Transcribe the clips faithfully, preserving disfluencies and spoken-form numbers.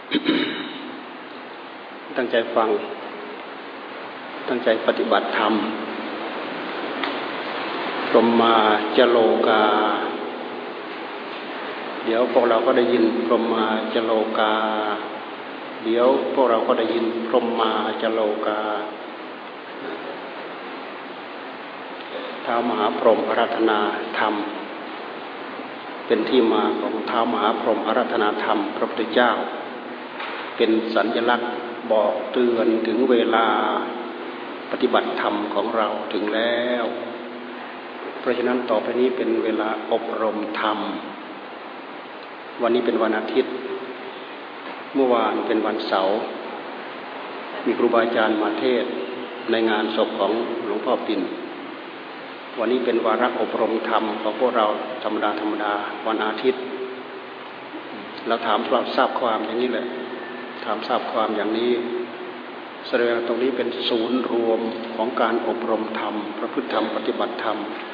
ตั้งใจฟังตั้งใจปฏิบัติธรรมพรหมาจโลกาเดี๋ยวพวกเราก็ได้ยินพรหมาจโลกาเดี๋ยวพวกเราก็ได้ยินพรหมาจโลกาท้าวมหาพรหมอาราธนาธรรมเป็นที่มาของท้าวมหาพรหมอาราธนาธรรมพระพุทธเจ้าเป็นสัญลักษณ์บอกเตือนถึงเวลาปฏิบัติธรรมของเราถึงแล้วเพราะฉะนั้นต่อไปนี้เป็นเวลาอบรมธรรมวันนี้เป็นวันอาทิตย์เมื่อวานเป็นวันเสาร์มีครูบาอาจารย์มาเทศน์ในงานศพของหลวงพ่อปิ่นวันนี้เป็นวาระอบรมธรรมของพวกเราธรรมดาธรรมดาวันอาทิตย์เราถามทราบความอย่างนี้แหละถามทราบความอย่างนี้แสดงตรงนี้เป็นศูนย์รวมของการอบรมธรรมประพฤติธรรมปฏิบัติธรรม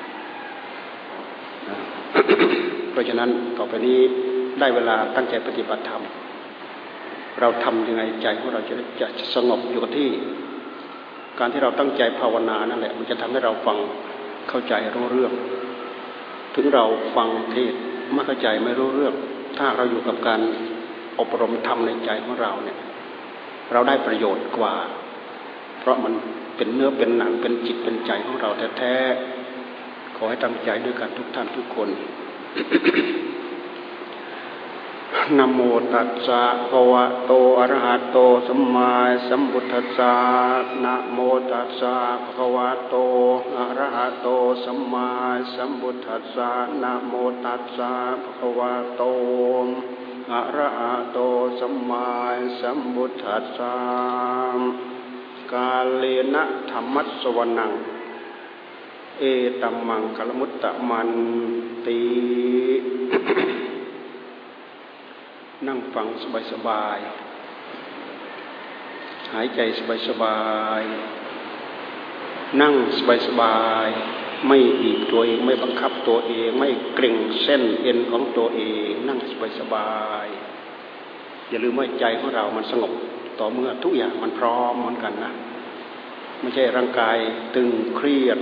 เพราะฉะนั้นต่อไปนี้ได้เวลาตั้งใจปฏิบัติธรรมเราทำยังไงใจของเราจะจะสงบอยู่กับที่การที่เราตั้งใจภาวนานั่นแหละมันจะทำให้เราฟังเข้าใจรู้เรื่องถึงเราฟังเทศไม่เข้าใจไม่รู้เรื่องถ้าเราอยู่กับการอบรมธรรมในใจของเราเนี่ยเราได้ประโยชน์กว่าเพราะมันเป็นเนื้อเป็นหนังเป็นจิตเป็นใจของเราแท้ๆขอให้ตั้งใจด้วยกันทุกท่านทุกคน นะโมตัสสะภะคะวะโตอะระหะโตสัมมาสัมพุทธัสสะนะโมตัสสะภะคะวะโตอะระหะโตสัมมาสัมพุทธัสสะนะโมตัสสะภะคะวะโตอะระหะโตสัมมาสัมพุทธัสสะกาเลนะธัมมัสสวนังเอตัมมังคลมุตตะมันตินั่งฟังสบายๆหายใจสบายๆนั่งสบายๆไม่บีบตัวเองไม่บังคับตัวเองไม่เกร็งเส้นเอ็นของตัวเองนั่งสบายๆอย่าลืมว่าใจของเรามันสงบต่อเมื่อทุกอย่างมันพร้อมเหมือนกันนะไม่ใช่ร่างกายตึงเครียด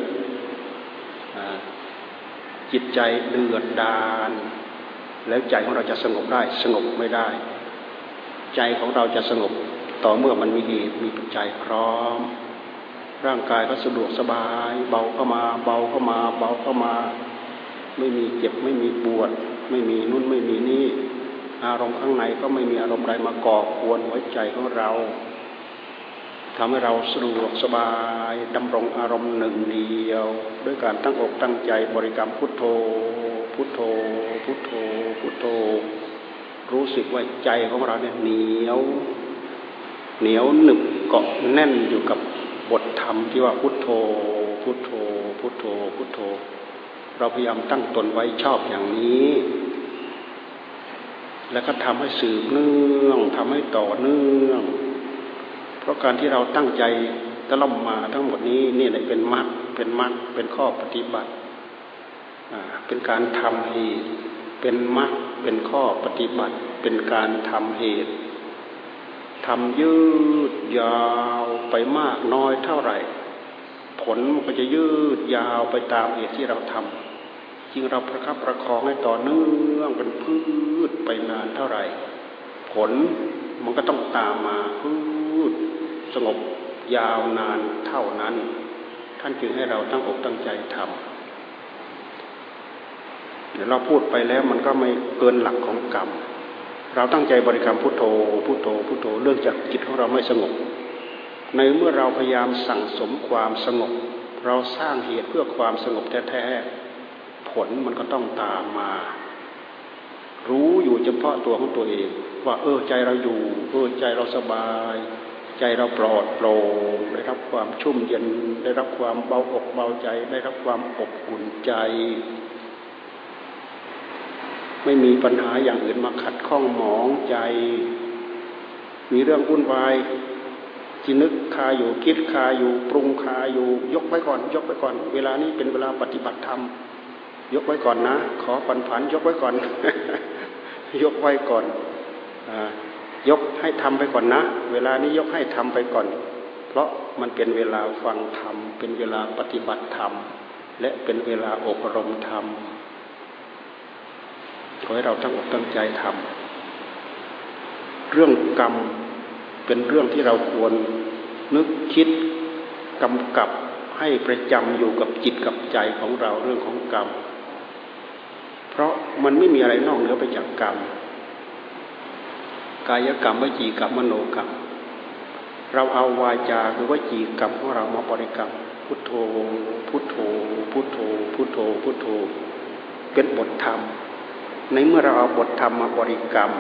จิตใจเดือดดาลแล้วใจของเราจะสงบได้สงบไม่ได้ใจของเราจะสงบต่อเมื่อมันมีเหตุมีปัจจัยพร้อมร่างกายก็สะดวกสบายเบาเข้ามาเบาเข้ามาเบาเข้ามาไม่มีเจ็บไม่มีปวดไม่มีนู่นไม่มีนี่อารมณ์ข้างในก็ไม่มีอารมณ์ใดมาก่อกวนหัวใจของเราทำให้เราสะดวกสบายดำรงอารมณ์หนึ่งเดียวด้วยการตั้งอกตั้งใจบริกรรมพุทโธพุทโธพุทโธพุทโธรู้สึกว่าใจของเราเนี่ยเหนียวเหนียวหนึบเกาะแน่นอยู่กับบทธรรมที่ว่าพุทโธพุทโธพุทโธพุทโธเราพยายามตั้งตนไว้ชอบอย่างนี้แล้วก็ทำให้สืบเนื่องทำให้ต่อเนื่องเพราะการที่เราตั้งใจตะล่อมมาทั้งหมดนี้นี่แหละเป็นมรรคเป็นมรรคเป็นข้อปฏิบัติเป็นการทำเหตุเป็นมรรคเป็นข้อปฏิบัติเป็นการทำเหตุทำยืดยาวไปมากน้อยเท่าไหร่ผลมันก็จะยืดยาวไปตามเหตุที่เราทำจึงเราประคับประคองให้ต่อเนื่องเป็นพืชไปนานเท่าไหร่ผลมันก็ต้องตามมาพืชสงบยาวนานเท่านั้นท่านจึงให้เราตั้งอกตั้งใจทำเดี๋ยวเราพูดไปแล้วมันก็ไม่เกินหลักของกรรมเราตั้งใจบริกรรมพุทโธพุทโธพุทโธเรื่องจากจิตของเราไม่สงบในเมื่อเราพยายามสั่งสมความสงบเราสร้างเหตุเพื่อความสงบแท้ๆผลมันก็ต้องตามมารู้อยู่เฉพาะตัวของตัวเองว่าเออใจเราอยู่เออใจเราสบายใจเราปลอดโปร่งได้รับความชุ่มเย็นได้รับความเบาอกเบาใจได้รับความอบอุ่นใจไม่มีปัญหาอย่างอื่นมาขัดข้องหมองใจมีเรื่องวุ่นวายจินึกคาอยู่คิดคาอยู่ปรุงคาอยู่ยกไว้ก่อนยกไว้ก่อนเวลานี้เป็นเวลาปฏิบัติธรรมยกไว้ก่อนนะขอผ่อนผันยกไว้ก่อน ยกไว้ก่อน อยกให้ทำไปก่อนนะเวลานี้ยกให้ทำไปก่อนเพราะมันเป็นเวลาฟังธรรมเป็นเวลาปฏิบัติธรรมและเป็นเวลาอบรมธรรมขอให้เราตั้งอกตั้งใจทำเรื่องกรรมเป็นเรื่องที่เราควรนึกคิดกำกับให้ประจำอยู่กับจิตกับใจของเราเรื่องของกรรมเพราะมันไม่มีอะไรนอกเหนือไปจากกรรมกายกรรมวจีกรรมมโนกรรมเราเอาวาจาคือวจีกรรมของเรามาบริกรรมพุทโธพุทโธพุทโธพุทโธพุทโธเป็นบทธรรมในเมื่อเราเอาบทธรรมมาบริกรรม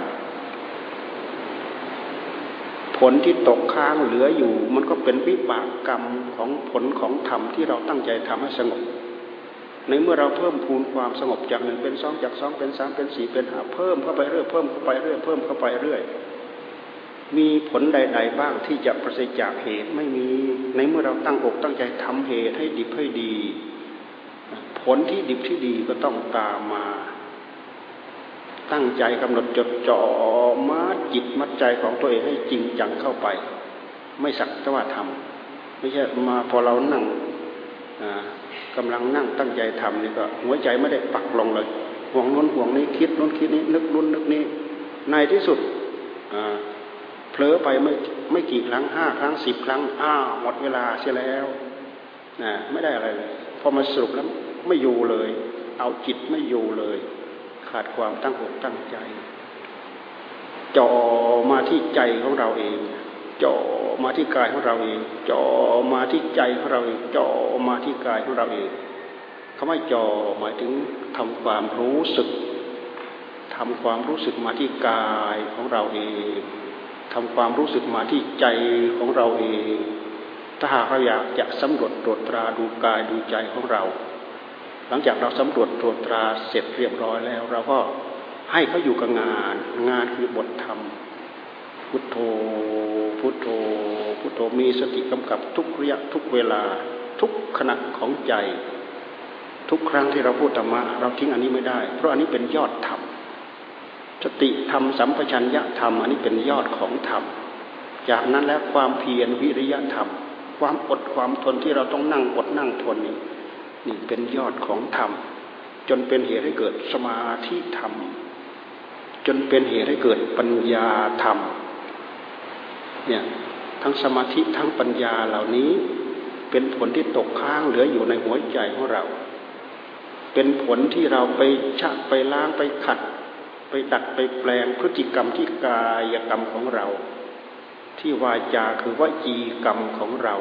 ผลที่ตกค้างเหลืออยู่มันก็เป็นวิบากกรรมของผลของธรรมที่เราตั้งใจทำให้สงบในเมื่อเราเพิ่มพูนความสงบจากหนึ่งเป็นสองจากสองเป็นสามเป็นสี่เป็นห้าเพิ่มเข้าไปเรื่อยเพิ่มเข้าไปเรื่อยเพิ่มเข้าไปเรื่อยมีผลใดๆบ้างที่จะประสิทธิ์จากเหตุไม่มีในเมื่อเราตั้งอกตั้งใจทำเหตุให้ดิบให้ดีผลที่ดิบที่ดีก็ต้องตามมาตั้งใจกำหนดจดจ่อมัดจิตมัดใจของตัวเองให้จริงจังเข้าไปไม่สักแต่ว่าทำไม่ใช่มาพอเรานั่งกำลังนั่งตั้งใจทำนี่ก็หัวใจไม่ได้ปักลงเลยห่วงโน้นห่วงนี้คิดโน้นคิดนี้นึกนู้นนึกนี้ในที่สุดเผลอไปไม่ไม่กี่ครั้งห้าครั้งสิบครั้งอ้าวหมดเวลาเสียแล้วนะไม่ได้อะไรเลยพอมาสรุปแล้วไม่อยู่เลยเอาจิตไม่อยู่เลยขาดความตั้งอกตั้งใจจ่อมาที่ใจของเราเองจ่อมาที่กายของเราเองจ่อมาที่ใจของเราเองจ่อมาที่กายของเราเองคำว่าจ่อหมายถึงทำความรู้สึกทำความรู้สึกมาที่กายของเราเองทำความรู้สึกมาที่ใจของเราเองถ้าหากเราอยากจะสำรวจตรวจตราดูกายดูใจของเราหลังจากเราสำรวจตรวจตราเสร็จเรียบร้อยแล้วเราก็ให้เขาอยู่กับงานงานคือบทธรรมพุทโธพุทโธพุทโธมีสติกำกับทุกระยะทุกเวลาทุกขณะของใจทุกครั้งที่เราพูดธรรมะเราทิ้งอันนี้ไม่ได้เพราะอันนี้เป็นยอดธรรมสติธรรมสัมปชัญญะธรรมอันนี้เป็นยอดของธรรมจากนั้นแล้วความเพียรวิริยะธรรมความอดความทนที่เราต้องนั่งอดนั่งทนนี่นี่เป็นยอดของธรรมจนเป็นเหตุให้เกิดสมาธิธรรมจนเป็นเหตุให้เกิดปัญญาธรรมเนี่ยทั้งสมาธิทั้งปัญญาเหล่านี้เป็นผลที่ตกค้างเหลืออยู่ในหัวใจของเราเป็นผลที่เราไปชะไปล้างไปขัดไปดัดไปแปลงพฤติกรรมที่กายกรรมของเราที่วาจาคือวจีกรรมของเรา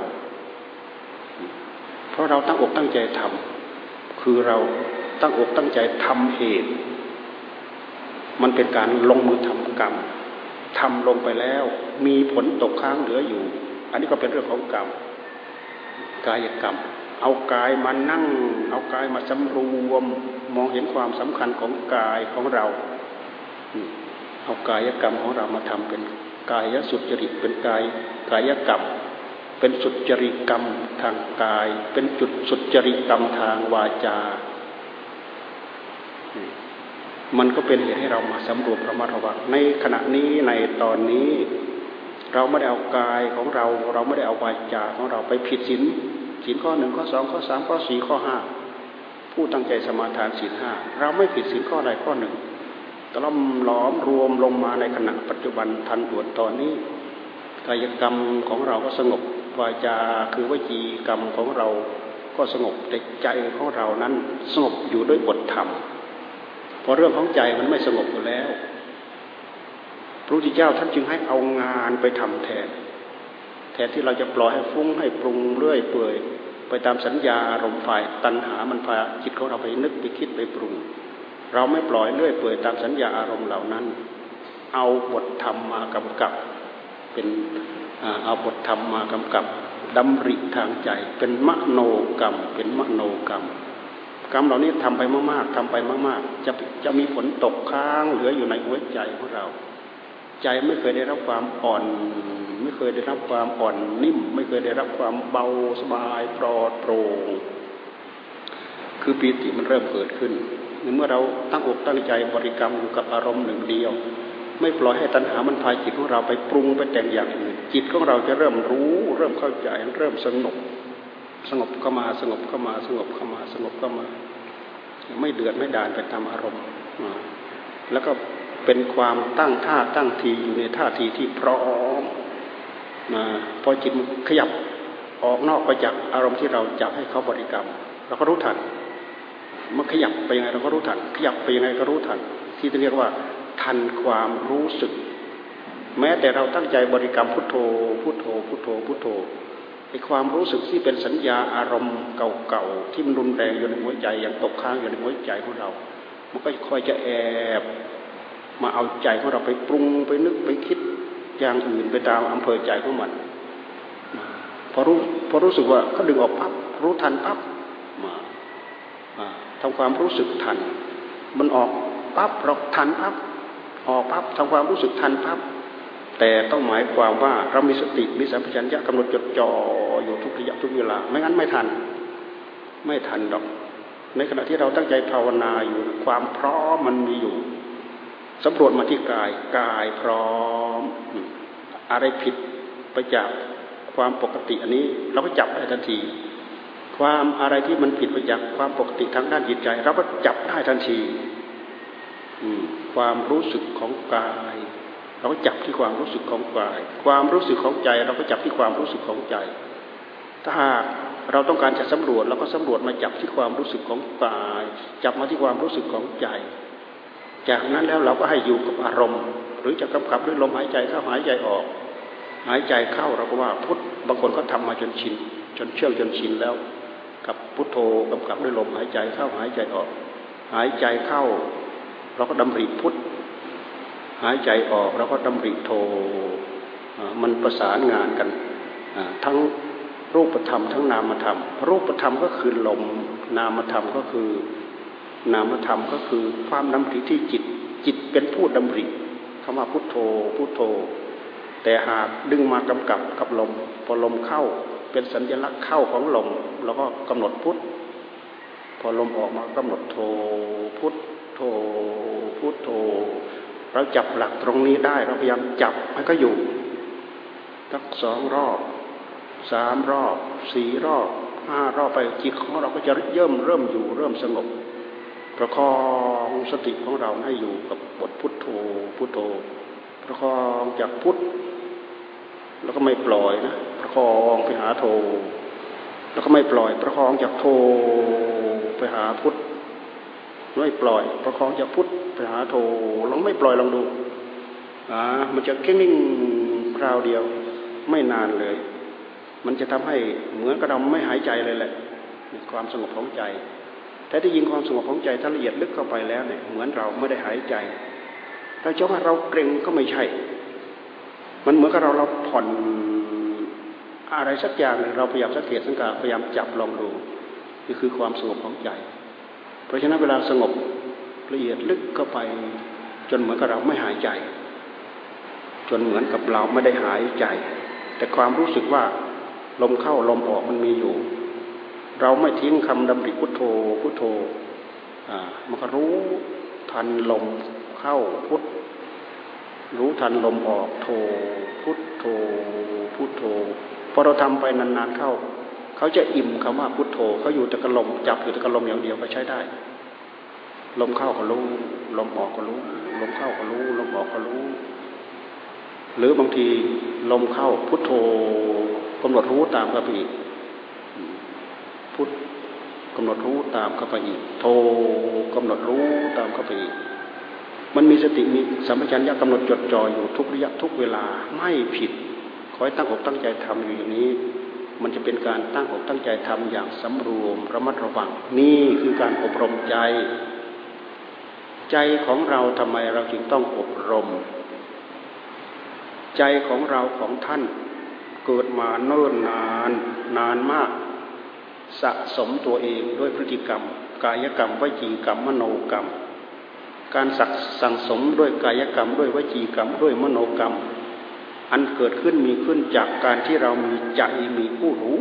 เพราะเราตั้งอกตั้งใจทำคือเราตั้งอกตั้งใจทำเหตุมันเป็นการลงมือทำกรรมทำลงไปแล้วมีผลตกค้างเหลืออยู่อันนี้ก็เป็นเรื่องของกรรมกายกรรมเอากายมานั่งเอากายมาสำรวมมองเห็นความสำคัญของกายของเราเอากายกรรมของเรามาทำเป็นกายสุจริตเป็นกายกายกรรมเป็นสุจริตกรรมทางกายเป็นจุดสุจริตกรรมทางวาจามันก็เป็นเหตุให้เรามาสำรวมระมัดระวังในขณะนี้ในตอนนี้เราไม่ได้เอากายของเราเราไม่ได้เอาวาจาของเราไปผิดศีลศีลข้อหนึ่งข้อสองข้อสามข้อสี่ข้อห้าผู้ตั้งใจสมาทานศีลห้าเราไม่ผิดศีลข้อใดข้อหนึ่งตล่อมหลอมรวมลงมาในขณะปัจจุบันทันด่วนตอนนี้กายกรรมของเราก็สงบวาจาคือวจีกรรมของเราก็สงบแต่ใจของเรานั้นสงบอยู่ด้วยบทธรรมเพราะเรื่องของใจมันไม่สงบอยู่แล้วพระพุทธเจ้าท่านจึงให้เอางานไปทำแทนแทนที่เราจะปล่อยให้ฟุ้งให้ปรุงเรื่อยเปื่อยไปตามสัญญาอารมณ์ฝ่ายตัณหามันพาจิตของเราไปนึกไปคิดไปปรุงเราไม่ปล่อยเรื่อยเปื่อยตามสัญญาอารมณ์เหล่านั้นเอาบทธรรมมากำกับเป็นเอาบทธรรมมากำกับดำริทางใจเป็นมโนกรรมเป็นมโนกรรมกรรมเหล่านี้ทำไปมากๆทำไปมากๆจะจะมีผลตกค้างเหลืออยู่ในหัวใจของเราใจไม่เคยได้รับความอ่อนไม่เคยได้รับความอ่อนนิ่มไม่เคยได้รับความเบาสบายปลอดโปร่งคือปีติมันเริ่มเกิดขึ้นเมื่อเราตั้งอกตั้งใจบริกรรมอยู่กับอารมณ์หนึ่งเดียวไม่ปล่อยให้ตัณหามันพาจิตของเราไปปรุงไปแต่งอย่างอื่นจิตของเราจะเริ่มรู้เริ่มเข้าใจเริ่มสงบสงบเข้ามาสงบเข้ามาสงบเข้ามาสงบเข้ามาไม่เดือดไม่ดาลไปตามอารมณ์แล้วก็เป็นความตั้งท่าตั้งทีอยู่ในท่าทีที่พร้อมพอจิตมันขยับออกนอกไปจากอารมณ์ที่เราจับให้เขาบริกรรมเราก็รู้ทันมันขยับไปยังไงเราก็รู้ทันขยับไปยังไงก็รู้ทันที่เรียกว่าทันความรู้สึกแม้แต่เราตั้งใจบริกรรมพุทโธพุทโธพุทโธพุทโธไอ้ความรู้สึกที่เป็นสัญญาอารมณ์เก่าๆที่มันรุนแรงอยู่ในหัวใจอย่างตกค้างอยู่ในหัวใจของเรามันก็ค่อยจะแอบมาเอาใจของเราไปปรุงไปนึกไปคิดอย่างอื่นไปตามอำเภอใจของมันพอรู้พอรู้สึกว่าเขาดึงออกปั๊บรู้ทันปั๊บมาทำความรู้สึกทันมันออกปั๊บเราทันปั๊บออกปั๊บทำความรู้สึกทันปั๊บแต่ต้องหมายความว่าเรามีสติมีสัมปชัญญะกำหนดจดจ่ออยู่ทุกระยะทุกเวลาไม่งั้นไม่ทันไม่ทันดอกในขณะที่เราตั้งใจภาวนาอยู่ความพร้อมมันมีอยู่สำรวจมาที่กายกายพร้อมอะไรผิดไปจากความปกติอันนี้เราก็จับได้ทันทีความอะไรที่มันผิดไปจากความปกติทางด้านจิตใจเราก็จับได้ทันทีความรู้สึกของกายเราก็จับที่ความรู้สึกของกายความรู้สึกของใจเราก็จับที่ความรู้สึกของใจถ้าหากเราต้องการจะสำรวจเราก็สำรวจมาจับที่ความรู้สึกของกายจับมาที่ความรู้สึกของใจจากนั้นแล้วเราก็ให้อยู่กับอารมณ์หรือจะกำกับด้วยลมหายใจเข้าหายใจออกหายใจเข้าเราก็ว่าพุทบางคนก็ทำมาจนชินจนเชื่องจนชินแล้วกับพุทโธกำกับด้วยลมหายใจเข้าหายใจออกหายใจเข้าเราก็ดำริพุทหายใจออกเราก็ดำริโธมันประสานงานกันทั้งรูปธรรมทั้งนามธรรมรูปธรรมก็คือลมนามธรรมก็คือนามธรรมก็คือความดำริที่จิตจิตเป็นผู้ดำริคำว่าพุทโธพุทโธแต่หากดึงมากำกับกับลมพอลมเข้าเป็นสัญลักษณ์เข้าของลมเราก็กำหนดพุทพอลมออกมากำหนดโธพุทโธพุทโธเราจับหลักตรงนี้ได้เราพยายามจับให้ก็อยู่สักสองรอบสามรอบสี่รอบห้ารอบไปจิตของเราก็จะเริ่มเริ่มอยู่เริ่มสงบประคองสติของเราให้อยู่กับบทพุทโธพุทโธประคองจากพุทแล้วก็ไม่ปล่อยนะประคองไปหาโธแล้วก็ไม่ปล่อยประคองจากโธไปหาพุทไม่ปล่อยประคองจากพุทไปหาโธลองไม่ปล่อยลองดูอ่ามันจะแค่นิ่งคราวเดียวไม่นานเลยมันจะทำให้เหมือนกับเราไม่หายใจเลยแหละความสงบของใจแต่ที่ยิงความสงบของใจถ้าละเอียดลึกเข้าไปแล้วเนี่ยเหมือนเราไม่ได้หายใจเราจะว่าเราเกร็งก็ไม่ใช่มันเหมือนกับเราเราผ่อนอะไรสักอย่างเราพยายามสังเกตสังกาพยายามจับลองดูนี่คือความสงบของใจเพราะฉะนั้นเวลาสงบละเอียดลึกเข้าไปจนเหมือนกับเราไม่หายใจจนเหมือนกับเราไม่ได้หายใจแต่ความรู้สึกว่าลมเข้าลมออกมันมีอยู่เราไม่ทิ้งคำดำริพุทโธพุทโธอ่ามันก็รู้ทันลมเข้าพุทรู้ทันลมออกโธพุทโธพุทโธพอเราทำไปนานๆเข้าเขาจะอิ่มคำว่าพุทโธเขาอยู่แต่กับลมจับอยู่แต่กับลมอย่างเดียวก็ใช้ได้ลมเข้าก็รู้ลมออกก็รู้ลมเข้าก็รู้ลมออกก็รู้หรือบางทีลมเข้าพุทโธกำหนดรู้ตามเข้าไปอีกพุทกำหนดรู้ตามเข้าไปอีกโธกำหนดรู้ตามเข้าไปอีกมันมีสติมีสัมปชัญญะกำหนดจดจ่ออยู่ทุกระยะทุกเวลาไม่ผิดขอให้ตั้งอกตั้งใจทำอยู่อย่างนี้มันจะเป็นการตั้งอกตั้งใจทำอย่างสำรวมระมัดระวังนี่คือการอบรมใจใจของเราทำไมเราจึงต้องอบรมใจของเราของท่านเกิดมาเนิ่นนานนานมากสะสมตัวเองด้วยพฤติกรรมกายกรรมวจีกรรมมโนกรรมการสักสั่งสมด้วยกายกรรมด้วยวจีกรรมด้วยมโนกรรมอันเกิดขึ้นมีขึ้นจากการที่เรามีใจมีผู้รู้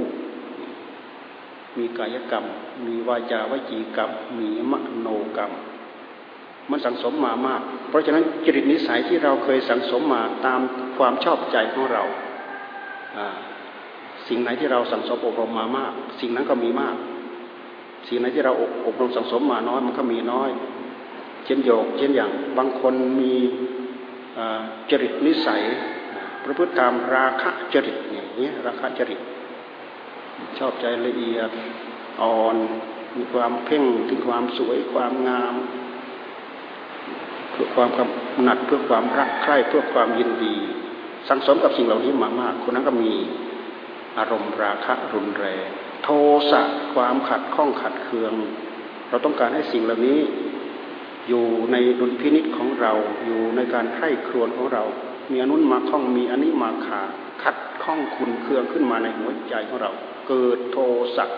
มีกายกรรมมีวาจาวจีกรรมมีมโนกรรมมันสังสมมามากเพราะฉะนั้นจริตนิสัยที่เราเคยสังสมมาตามความชอบใจของเราสิ่งไหนที่เราสังสมอบรมมามากสิ่งนั้นก็มีมากสิ่งไหนที่เราอบรมสังสมมาน้อยมันก็มีน้อยเช่นโยกเช่นอย่างบางคนมีจริตนิสัยประพฤติตามราคะจริตอย่างนี้ราคะจริตชอบใจละเอียดอ่อนมีความเพ่งถึงความสวยความงามเพื่อความกำหนัดเพื่อความรักใคร่เพื่อความยินดีสังสมกับสิ่งเหล่านี้มามากคนนั้นก็มีอารมณ์ราคะรุนแรงโทสะความขัดข้องขัดเคืองเราต้องการให้สิ่งเหล่านี้อยู่ในดุลพินิจของเราอยู่ในการไข้ครวญของเรามีอนุนมาข้องมีอันนี้มาขาขัดข้องขุ่นเคืองขึ้นมาในหัวใจของเราเกิดโทสะ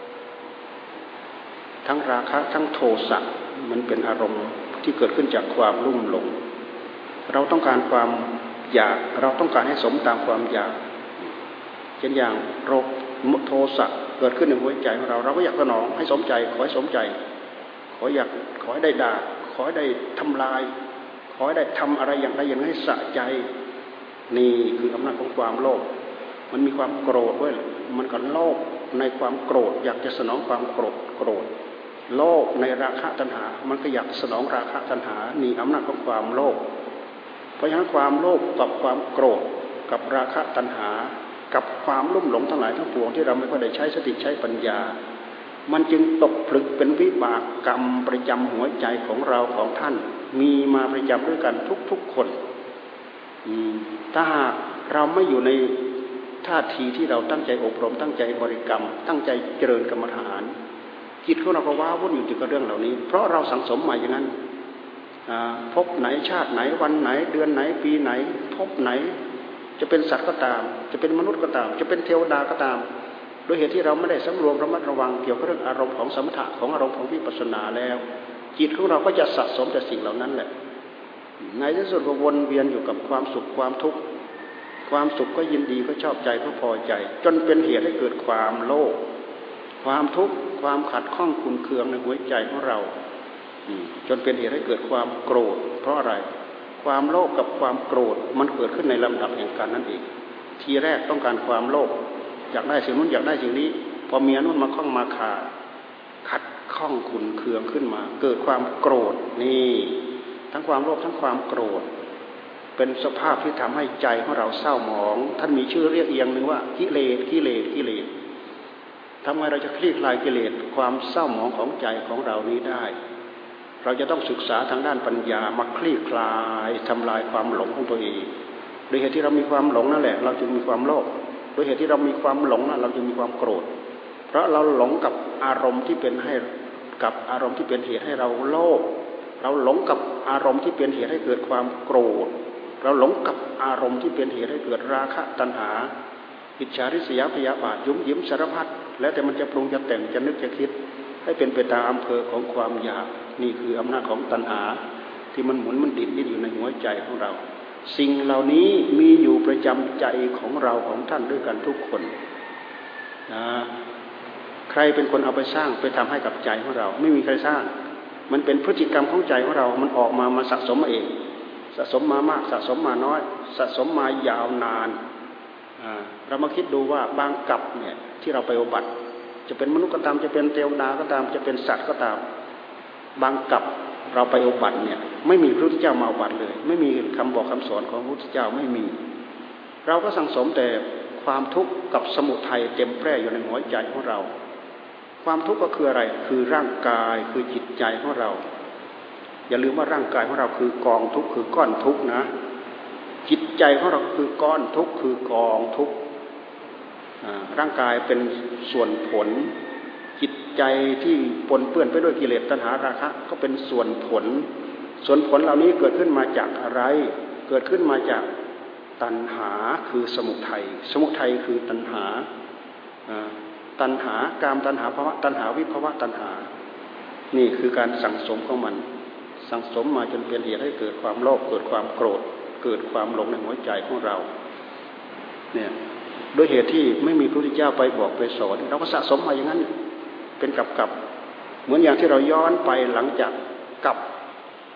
ทั้งราคะทั้งโทสะมันเป็นอารมณ์ที่เกิดขึ้นจากความลุ่มหลงเราต้องการความอยากเราต้องการให้สมตามความอยากเช่นอย่างโรคโทสะเกิดขึ้นในหัวใจของเราเราก็อยากสนองให้สมใจขอให้สมใจขออยากขอให้ได้ด่าขอให้ได้ทำลายขอให้ได้ทำอะไรอย่างใดอย่างให้สะใจนี่คืออำนาจของความโลภมันมีความโกรธด้วยมันก็โลภในความโกรธอยากจะสนองความโกรธโกรธโลภในราคะตัณหามันก็อยากสนองราคะตัณหานี่อำนาจของความโลภเพราะฉะนั้นความโลภกับความโกรธกับราคะตัณหากับความลุ่มหลงทั้งหลายทั้งปวงที่เราไม่ค่อยได้ใช้สติใช้ปัญญามันจึงตกผลึกเป็นวิบากกรรมประจำหัวใจของเราของท่านมีมาประจำด้วยกันทุกๆคนถ้าหากเราไม่อยู่ในท่าทีที่เราตั้งใจอบรมตั้งใจบริกรรมตั้งใจเจริญกรรมฐานจิตของเราก็ว้าวุ่นอยู่กับเรื่องเหล่านี้เพราะเราสังสมมาอย่างนั้นพบไหนชาติไหนวันไหนเดือนไหนปีไหนพบไหนจะเป็นสัตว์ก็ตามจะเป็นมนุษย์ก็ตามจะเป็นเทวดาก็ตามโดยเหตุที่เราไม่ได้สำรวมระมัดระวังเกี่ยวกับเรื่องอารมณ์ของสมถะของอารมณ์ของวิปัสสนาแล้วจิตของเราก็จะสะสมแต่สิ่งเหล่านั้นแหละในที่สุดก็วนเวียนอยู่กับความสุขความทุกข์ความสุขก็ยินดีก็ชอบใจก็พอใจจนเป็นเหตุให้เกิดความโลภความทุกข์ความขัดข้องขุ่นเคืองในหัวใจของเราจนเป็นเหตุให้เกิดความโกรธเพราะอะไรความโลภกับความโกรธมันเกิดขึ้นในลำดับแห่งการนั้นเองทีแรกต้องการความโลภอยากได้สิ่งนู้นอยากได้สิ่งนี้พอเมียนู้นมาข้องมาขาขัดข้องขุ่นเคืองขึ้นมาเกิดความโกรธนี่ทั้งความโลภทั้งความโกรธเป็นสภาพที่ทำให้ใจของเราเศร้าหมองท่านมีชื่อเรียกเอียงหนึ่งว่ากิเลสกิเลสกิเลสทำไมเราจะคลี่คลายกิเลสความเศร้าหมองของใจของเรานี้ได้เราจะต้องศึกษาทางด้านปัญญามาคลี่คลายทำลายความหลงของตัวเองโดยเหตุที่เรามีความหลงนั่นแหละเราจึงมีความโลภโดยเหตุที่เรามีความหลงนั่นเราจึงมีความโกรธเพราะเราหลงกับอารมณ์ที่เป็นให้กับอารมณ์ที่เป็นเหตุให้เราโลภเราหลงกับอารมณ์ที่เป็นเหตุให้เกิดความโกรธเราหลงกับอารมณ์ที่เป็นเหตุให้เกิดราคะตัณหาอิจฉาริษยาพยาบาทยุ่มยิ้มสารพัดแล้วแต่มันจะปรุงจะแต่งจะนึกจะคิดให้เป็นไปตามอำเภอของความอยากนี่คืออำนาจของตัณหาที่มันหมุนมันดิ้นดิ้นอยู่ในหัวใจของเราสิ่งเหล่านี้มีอยู่ประจำใจของเราของท่านด้วยกันทุกคนนะใครเป็นคนเอาไปสร้างไปทำให้กับใจของเราไม่มีใครสร้างมันเป็นพฤติกรรมของใจของเรามันออกมามาสะสมมาเองสะสมมามากสะสมมาน้อยสะสมมายาวนานเรามาคิดดูว่าบางกับเนี่ยที่เราไปอุบัติจะเป็นมนุษย์ก็ตามจะเป็นเทวดาก็ตามจะเป็นสัตว์ก็ตามบางกับเราไปอุบัติเนี่ยไม่มีพระพุทธเจ้ามาอุบัติเลยไม่มีคำบอกคำสอนของพระพุทธเจ้าไม่มีเราก็สังสมแต่ความทุกข์กับสมุทัยเต็มแพร่อยู่ในหัวใจของเราความทุกข์ก็คืออะไรคือร่างกายคือจิตใจของเราอย่าลืมว่าร่างกายของเราคือกองทุกข์คือก้อนทุกข์นะจิตใจของเราคือก้อนทุกข์คือกองทุกข์ร่างกายเป็นส่วนผลจิตใจที่ปนเปื้อนไปด้วยกิเลสตัณหาราคะก็เป็นส่วนผลส่วนผลเหล่านี้เกิดขึ้นมาจากอะไรเกิดขึ้นมาจากตัณหาคือสมุทัยสมุทัยคือตัณหาตัณหากามตัณหาภวะตัณหาวิภวะตัณหานี่คือการสั่งสมของมันสั่งสมมาจนเป็นเหตุให้เกิดความโลภเกิดความโกรธเกิดความหลงในหัวใจของเราเนี่ยโดยเหตุที่ไม่มีพระพุทธเจ้าไปบอกไปสอนเราก็สะสมมาอย่างนั้นเป็นกับกับเหมือนอย่างที่เราย้อนไปหลังจากกับ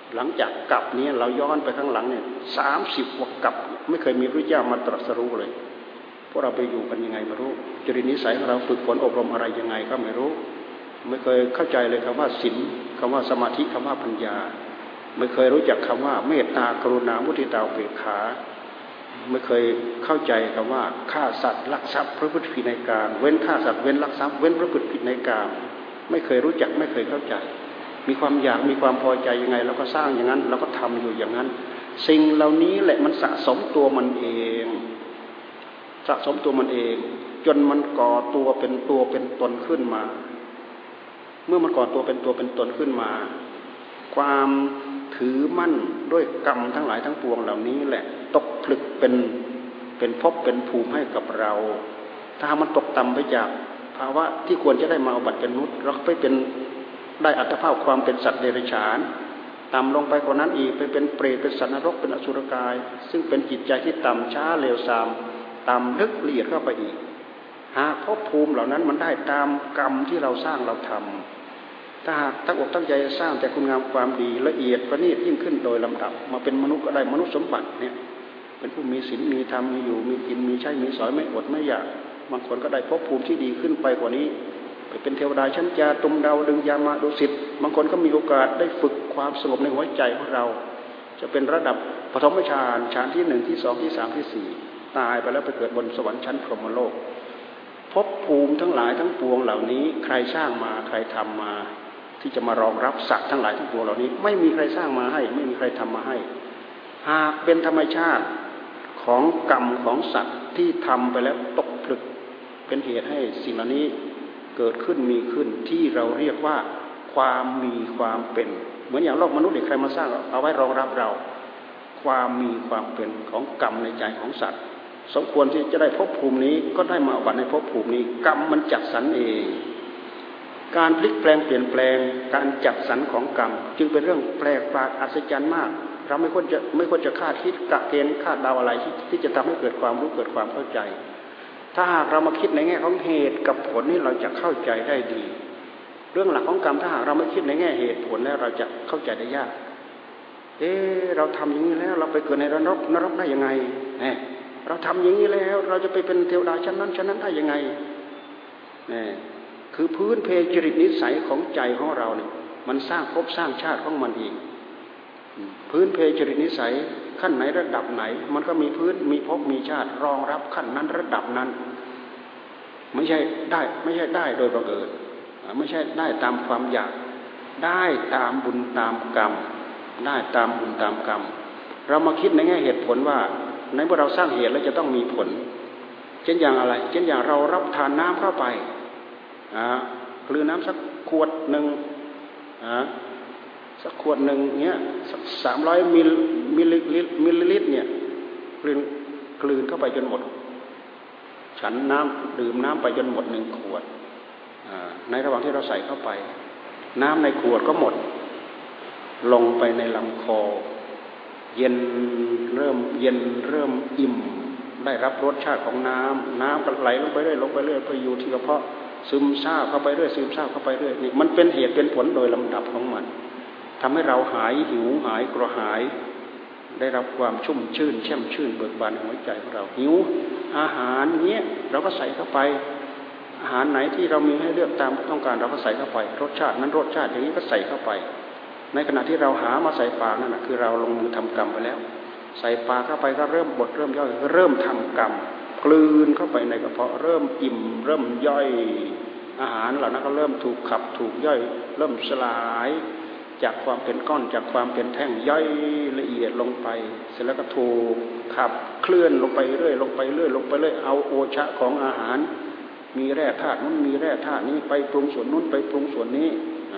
หลังจากกลับนี้เราย้อนไปข้างหลังเนี่ยสามสิบกว่ากลับไม่เคยมีพระเจ้ามาตรัสรู้เลยพวกเราไปอยู่กันยังไงไม่รู้จริตนิสัยของเราฝึกฝนอบรมอะไรยังไงก็ไม่รู้ไม่เคยเข้าใจเลยคำว่าศีลคำว่าสมาธิคำว่าปัญญาไม่เคยรู้จักคำว่าเมตตากรุณามุทิตาอุเบกขาไม่เคยเข้าใจคำว่าฆ่าสัตว์ลักทรัพย์พระพุทธผิดในกามเว้นฆ่าสัตว์เว้นลักทรัพย์เว้นพระพุทธผิดในกามไม่เคยรู้จักไม่เคยเข้าใจมีความอยากมีความพอใจยังไงเราก็สร้างอย่างนั้นเราก็ทำอยู่อย่างนั้นสิ่งเหล่านี้แหละมันสะสมตัวมันเองสะสมตัวมันเองจนมันก่อตัวเป็นตัวเป็นตนขึ้นมาเมื่อมันก่อตัวเป็นตัวเป็นตนขึ้นมาความถือมั่นด้วยกรรมทั้งหลายทั้งปวงเหล่านี้แหละตกผลึกเป็นเป็นภพเป็นภูมิให้กับเราถ้ามันตกต่ำไปจากภาวะที่ควรจะได้มาอุบัติเป็นมนุษย์เราไปเป็นได้อัตภาพความเป็นสัตว์เดรัจฉานต่ำลงไปกว่านั้นอีกไปเป็นเปรตเป็นสัตว์นรกเป็นอสุรกายซึ่งเป็นจิตใจที่ต่ำช้าเลวทรามต่ำลึกละเอียดเข้าไปอีกหากภพภูมิเหล่านั้นมันได้ตามกรรมที่เราสร้างเราทำถ้าหากตั้งอกตั้งใจสร้างแต่คุณงามความดีละเอียดประณีตยิ่งขึ้นโดยลำดับมาเป็นมนุษย์ก็ได้มนุษย์สมบัติเนี่ยเป็นผู้มีศีลมีธรรมมีอยู่มีกินมีใช้มีสอยไม่อดไม่อยากบางคนก็ได้ภพภูมิที่ดีขึ้นไปกว่านี้ไปเป็นเทวดาชั้นจาตุมดาวดึงยามาดุสิตบางคนก็มีโอกาสได้ฝึกความสงบในหัวใจของเราจะเป็นระดับปฐมฌานฌานที่หนึ่งที่สองที่สามที่สี่ตายไปแล้วไปเกิดบนสวรรค์ชั้นพรหมโลกภพภูมิทั้งหลายทั้งปวงเหล่านี้ใครสร้างมาใครทำมาที่จะมารองรับสัตว์ทั้งหลายทั้งปวงเหล่านี้ไม่มีใครสร้างมาให้ไม่มีใครทำมาให้หากเป็นธรรมชาติของกรรมของสัตว์ที่ทำไปแล้วตกผลึกเป็นเหตุให้สิ่งเหล่านี้เกิดขึ้นมีขึ้นที่เราเรียกว่าความมีความเป็นเหมือนอย่างโลกมนุษย์ใครมาสร้างเอาไว้รองรับเราความมีความเป็นของกรรมในใจของสัตว์สมควรที่จะได้ภพภูมินี้ก็ได้มาอุบัติในภพภูมินี้กรรมมันจัดสรรเองการพลิกแปลงเปลี่ยนแปลงการจัดสรรของกรรมจึงเป็นเรื่องแปลกประหลาดอัศจรรย์มากเราไม่ควรจะไม่ควรจะคาดคิดกะเกณฑ์คาดเดาอะไรที่ที่จะทำให้เกิดความรู้เกิดความเข้าใจถ้าหากเรามาคิดในแง่ของเหตุกับผลนี่เราจะเข้าใจได้ดีเรื่องหลักของกรรมถ้าหากเราไม่คิดในแง่เหตุผลแล้วเราจะเข้าใจได้ยากเอ๊ะเราทำอย่างนี้แล้วเราไปเกิดในนรกนรกได้ยังไงเนี่ยเราทำอย่างนี้แล้วเราจะไปเป็นเทวดาชั้นนั้นชั้นนั้นได้ยังไงเนี่ยคือพื้นเพจริตนิสัยของใจของเราเนี่ยมันสร้างภพสร้างชาติของมันเองพื้นเพจริตนิสัยขั้นไหนระดับไหนมันก็มีพื้นมีภพมีชาติรองรับขั้นนั้นระดับนั้นไม่ใช่ได้ไม่ใช่ได้โดยบังเอิญไม่ใช่ได้ตามความอยากได้ตามบุญตามกรรมได้ตามบุญตามกรรมเรามาคิดในแง่เหตุผลว่าในเมื่อเราสร้างเหตุแล้วจะต้องมีผลเช่นอย่างอะไรเช่นอย่างเรารับทานน้ำเข้าไปกลืนน้ำสักขวดหนึ่งสักขวดหนึ่งเนี้ยสักสามร้อยมิลมิลลิลิตรมิลลิลิตรเนี่ยกลืนกลืนเข้าไปจนหมดฉันน้ำดื่มน้ำไปจนหมดหนึ่งขวดในระหว่างที่เราใส่เข้าไปน้ำในขวดก็หมดลงไปในลำคอเย็นเริ่มเย็นเริ่มอิ่มได้รับรสชาติของน้ำน้ำก็ไหลลงไปเรื่อยลงไปเรื่อยไปอยู่ที่กระเพาะซึมซาบเข้าไปเรื่อยซึมซาบเข้าไปเรื่อยนี่มันเป็นเหตุเป็นผลโดยลำดับของมันทำให้เราหายหิวหายกระหายได้รับความชุ่มชื่นแช่มชื่นเบิกบานในหัวใจของเราหิวอาหารเนี้ยเราก็ใส่เข้าไปอาหารไหนที่เรามีให้เลือกตามต้องการเราก็ใส่เข้าไปรสชาตินั้นรสชาติอย่างนี้ก็ใส่เข้าไปในขณะที่เราหามาใส่ปากนั่นแหะคือเราลงมือทำกรรมไปแล้วใส่ปากเข้าไปก็เริ่มบดเริ่มย่อยเริ่มทำกรรมกลืนเข้าไปในกระเพาะเริ่มอิ่มเริ่มย่อยอาหารเหล่านั้นก็เริ่มถูกขับถูกย่อยเริ่มสลายจากความเป็นก้อนจากความเป็นแท่งย่อยละเอียดลงไปเสร็จแล้วก็ถูกขับเคลื่อนลงไปเรื่อยลงไปเรื่อยลงไปเรื่อยเอาโอชะของอาหารมีแร่ธาตุนู้นมีแร่ธาตุนี้ไปปรุงส่วนนู้นไปปรุงส่วนนี้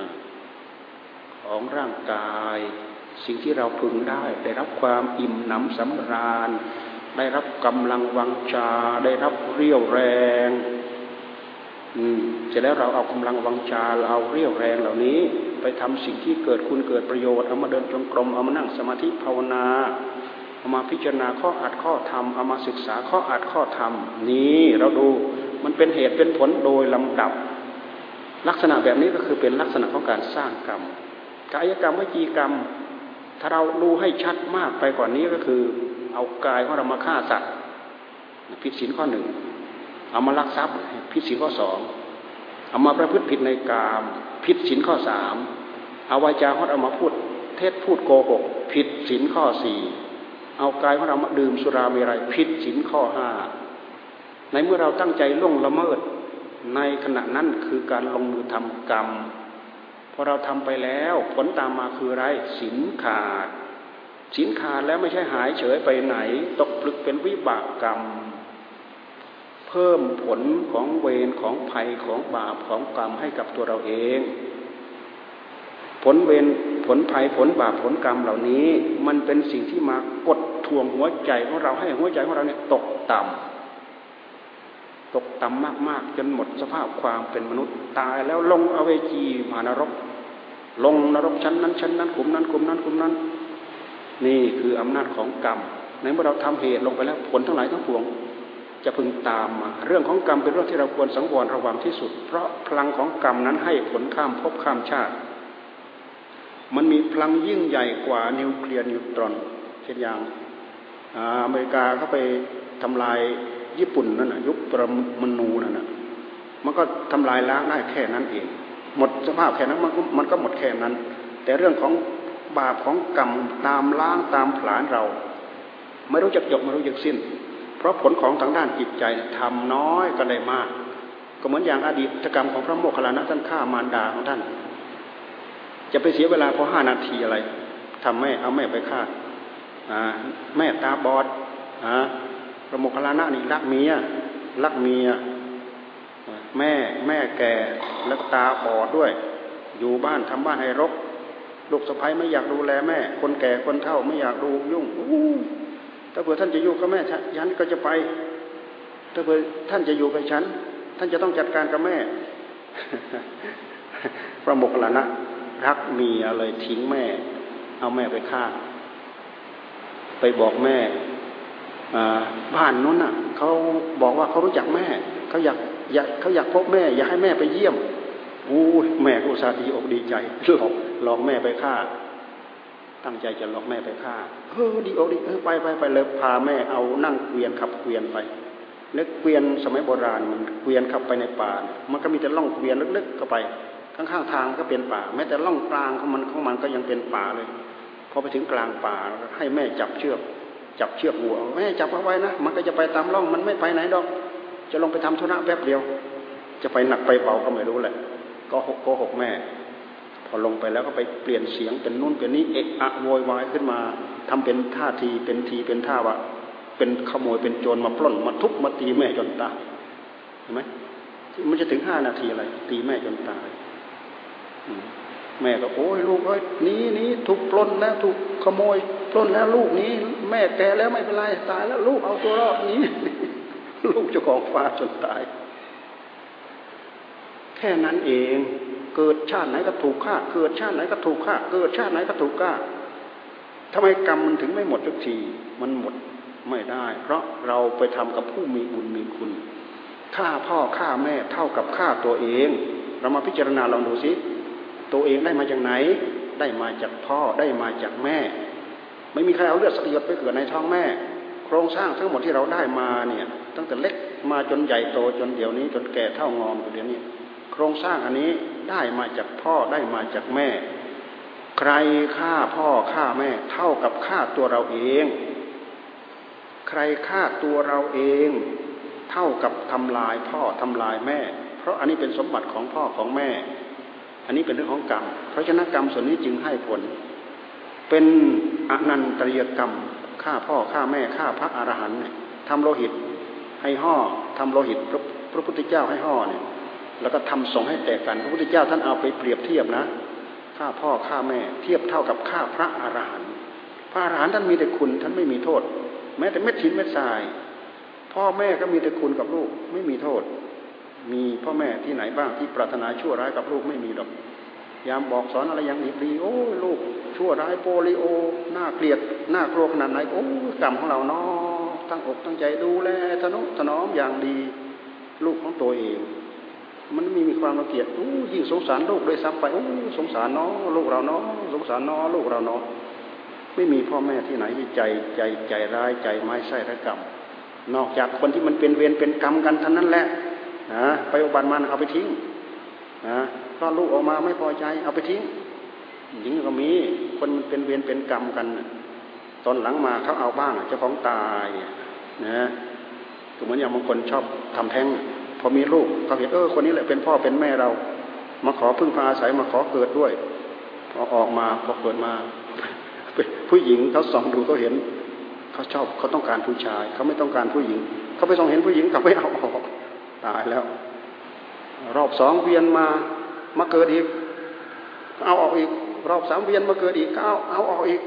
ของร่างกายสิ่งที่เราพึงได้ได้รับความอิ่มหนำสำราญได้รับกำลังวังชาได้รับเรี่ยวแรงอืมเสร็จแล้วเราเอากำลังวังชาเราเอาเรี่ยวแรงเหล่านี้ไปทำสิ่งที่เกิดคุณเกิดประโยชน์เอามาเดินจงกรมเอามานั่งสมาธิภาวนาเอามาพิจารณาข้ออัดข้อธรรมเอามาศึกษาข้ออัดข้อธรรมนี้เราดูมันเป็นเหตุเป็นผลโดยลำดับลักษณะแบบนี้ก็คือเป็นลักษณะของการสร้างกรรมกายกรรมวจีกรรมถ้าเราดูให้ชัดมากไปกว่านี้ก็คือเอากายของเรามาฆ่าสัตว์ผิดศีลข้อหนึ่งเอามาลักทรัพย์ผิดศีลข้อสองเอามาประพฤติผิดในกามผิดศีลข้อสามเอาวาจาของเรามาพูดเท็จพูดโกหกผิดศีลข้อสี่เอากายของเรามาดื่มสุราเมรัยผิดศีลข้อห้าในเมื่อเราตั้งใจล่วงละเมิดในขณะนั้นคือการลงมือทำกรรมพอเราทำไปแล้วผลตามมาคืออะไรศีลขาดศีลขาดแล้วไม่ใช่หายเฉยไปไหนตกผลึกเป็นวิบากกรรมเพิ่มผลของเวรของภัยของบาปของกรรมให้กับตัวเราเองผลเวรผลภัยผลบาปผลกรรมเหล่านี้มันเป็นสิ่งที่มากดทวงหัวใจของเราให้หัวใจของเราเนี่ยตกต่ำตกต่ำมากๆจนหมดสภาพความเป็นมนุษย์ตายแล้วลงอเวจีมานรกลงนรกชั้นนั้นชั้นนั้นขุมนั้นขุมนั้นขุมนั้นนี่คืออำนาจของกรรมในเมื่อเราทำเหตุลงไปแล้วผลทั้งหลายทั้งปวงจะพึงตามมาเรื่องของกรรมเป็นเรื่องที่เราควรสังวรระวังที่สุดเพราะพลังของกรรมนั้นให้ผลข้ามภพข้ามชาติมันมีพลังยิ่งใหญ่กว่านิวเคลียร์นิวตรอนเช่นอย่างอเมริกาเขาไปทำลายญี่ปุ่นนั่นนะยุคปรมาณูนั่นนะมันก็ทำลายล้างได้แค่นั้นเองหมดสภาพแค่นั้นมันก็มันก็หมดแค่นั้นแต่เรื่องของบาปของกรรมตามล้างตามผลาญเราไม่รู้จักจบไม่รู้จักสิ้นเพราะผลของทางด้านจิตใจทำน้อยก็ได้มากก็เหมือนอย่างอดีตกรรมของพระโมคคัลลานะท่านฆ่ามารดาของท่านจะไปเสียเวลาเพราะห้านาทีอะไรทำแม่เอาแม่ไปฆ่าแม่ตาบอดพระโมคคัลลานะนี่รักเมียรักเมียแม่แม่แก่แล้วตาบอดด้วยอยู่บ้านทำบ้านให้รกลูกสะใภ้ไม่อยากดูแลแม่คนแก่คนเฒ่าไม่อยากดูยุ่งถ้าเผื่อท่านจะอยู่กับแม่ฉันก็จะไปถ้าเผื่อท่านจะอยู่กับฉันท่านจะต้องจัดการกับแม่พระโมคคัลลานะรักเมียเลยทิ้งแม่เอาแม่ไปฆ่าไปบอกแม่บ้านนู้นน่ะเขาบอกว่าเขารู้จักแม่เขาอยากอยากเขาอยากพบแม่อยากให้แม่ไปเยี่ยมอู้แม่ก็อุตส่าห์ดีอกดีใจหลอกหลอกแม่ไปฆ่าตั้งใจจะหลอกแม่ไปฆ่าเออดีอกดีเออไปไปไปเลยพาแม่เอานั่งเกวียนขับเกวียนไปแล้วเกวียนสมัยโบราณมันเกวียนขับไปในป่ามันก็มีแต่ล่องเกวียนลึกๆเข้าไปข้างๆทางก็เป็นป่าแม้แต่ล่องกลางของมันของมันก็ยังเป็นป่าเลยพอไปถึงกลางป่าให้แม่จับเชือกจับเชือกวัวแม่จับเอาไว้นะมันก็จะไปตามล่องมันไม่ไปไหนดอกจะลงไปทำธุระแป๊บเดียวจะไปหนักไปเบาก็ไม่รู้แหละก็หกโกหกแม่พอลงไปแล้วก็ไปเปลี่ยนเสียงเป็นนู่นเป็นนี้เอะอะโวยวายขึ้นมาทำเป็นท่าทีเป็นทีเป็นท่าว่าเป็นขโมยเป็นโจรมาปล้นมาทุบมาตีแม่จนตายเห็นไหมมันจะถึงห้านาทีอะไรตีแม่จนตายแม่ก็โอ้ยลูกเอ้ยนี้นี้ถูกปล้นแล้วถูกขโมยปล้นแล้วลูกนี้แม่แก่แล้วไม่เป็นไรตายแล้วลูกเอาตัวรอดนี้ลูกเจ้าของฟ้าจนตายแค่นั้นเองเกิดชาติไหนก็ถูกฆ่าเกิดชาติไหนก็ถูกฆ่าเกิดชาติไหนก็ถูกฆ่าทำไมกรรมมันถึงไม่หมดทุกทีมันหมดไม่ได้เพราะเราไปทำกับผู้มีบุญมีคุณฆ่าพ่อฆ่าแม่เท่ากับฆ่าตัวเองเรามาพิจารณาลองดูสิตัวเองได้มาจากไหนได้มาจากพ่อได้มาจากแม่ไม่มีใครเอาเลือดสักหยดไปเกิดในท้องแม่โครงสร้างทั้งหมดที่เราได้มาเนี่ยตั้งแต่เล็กมาจนใหญ่โตจนเดี๋ยวนี้จนแก่เท่างอมอยู่เดี๋ยวนี้โครงสร้างอันนี้ได้มาจากพ่อได้มาจากแม่ใครฆ่าพ่อฆ่าแม่เท่ากับฆ่าตัวเราเองใครฆ่าตัวเราเองเท่ากับทำลายพ่อทำลายแม่เพราะอันนี้เป็นสมบัติของพ่อของแม่อันนี้เป็นเรื่องของกรรมเพราะฉะนั้นกรรมส่วนนี้จึงให้ผลเป็นอนันตริยกรรมฆ่าพ่อฆ่าแม่ฆ่าพระอรหันต์เนี่ยทำโลหิตให้ห่อทำโลหิตพระพระพุทธเจ้าให้ห่อเนี่ยแล้วก็ทำส่งให้แตกกันพระพุทธเจ้าท่านเอาไปเปรียบเทียบนะฆ่าพ่อฆ่าแม่เทียบเท่ากับฆ่าพระอรหันต์พระอรหันต์ท่านมีแต่คุณท่านไม่มีโทษแม้แต่เม็ดหินเม็ดทรายพ่อแม่ก็มีแต่คุณกับลูกไม่มีโทษมีพ่อแม่ที่ไหนบ้างที่ปรารถนาชั่วร้ายกับลูกไม่มีหรอกยามบอกสอนอะไรอย่างดีๆโอ้ลูกชั่วร้ายโปลิโอน่าเกลียดน่ากลัวขนาดไหนโอ้กรรมของเราเนาะตั้งอกตั้งใจดูแลทนุถนอมอย่างดีลูกของตัวเองมันไม่มีความละเกียดโอ้ยิ่งสงสารลูกด้วยซ้ำไปโอ้สงสารน้องลูกเราเนาะสงสารน้องลูกเราเนาะไม่มีพ่อแม่ที่ไหนที่ใจใจใจร้ายใจไม้ไส้ระกรรมนอกจากคนที่มันเป็นเวรเป็นกรรมกันเท่านั้นแหละนะไปอุบัติมันเอาไปทิ้งนะคลอดลูกออกมาไม่พอใจเอาไปทิ้งหญิงก็มีคนมันเป็นเวรเป็นกรรมกันตอนหลังมาเขาเอาบ้างเจ้าของตายนะก็เหมือนอย่างบางคนชอบทำแท้งพอมีลูกเขาเห็นเออคนนี้แหละเป็นพ่อเป็นแม่เรามาขอพึ่งพาอาศัยมาขอเกิดด้วยพอออกมาพอเกิดมาผู้หญิงเขาส่องดูเขาเห็นเขาชอบเขาต้องการผู้ชายเขาไม่ต้องการผู้หญิงเขาไปส่องเห็นผู้หญิงเขาไม่เอาออกตายแล้วรอบสองเวียนมามาเกิดอีกเอาออกอีกรอบสามเวียนมาเกิดอีกก็เอาเอาออกอีก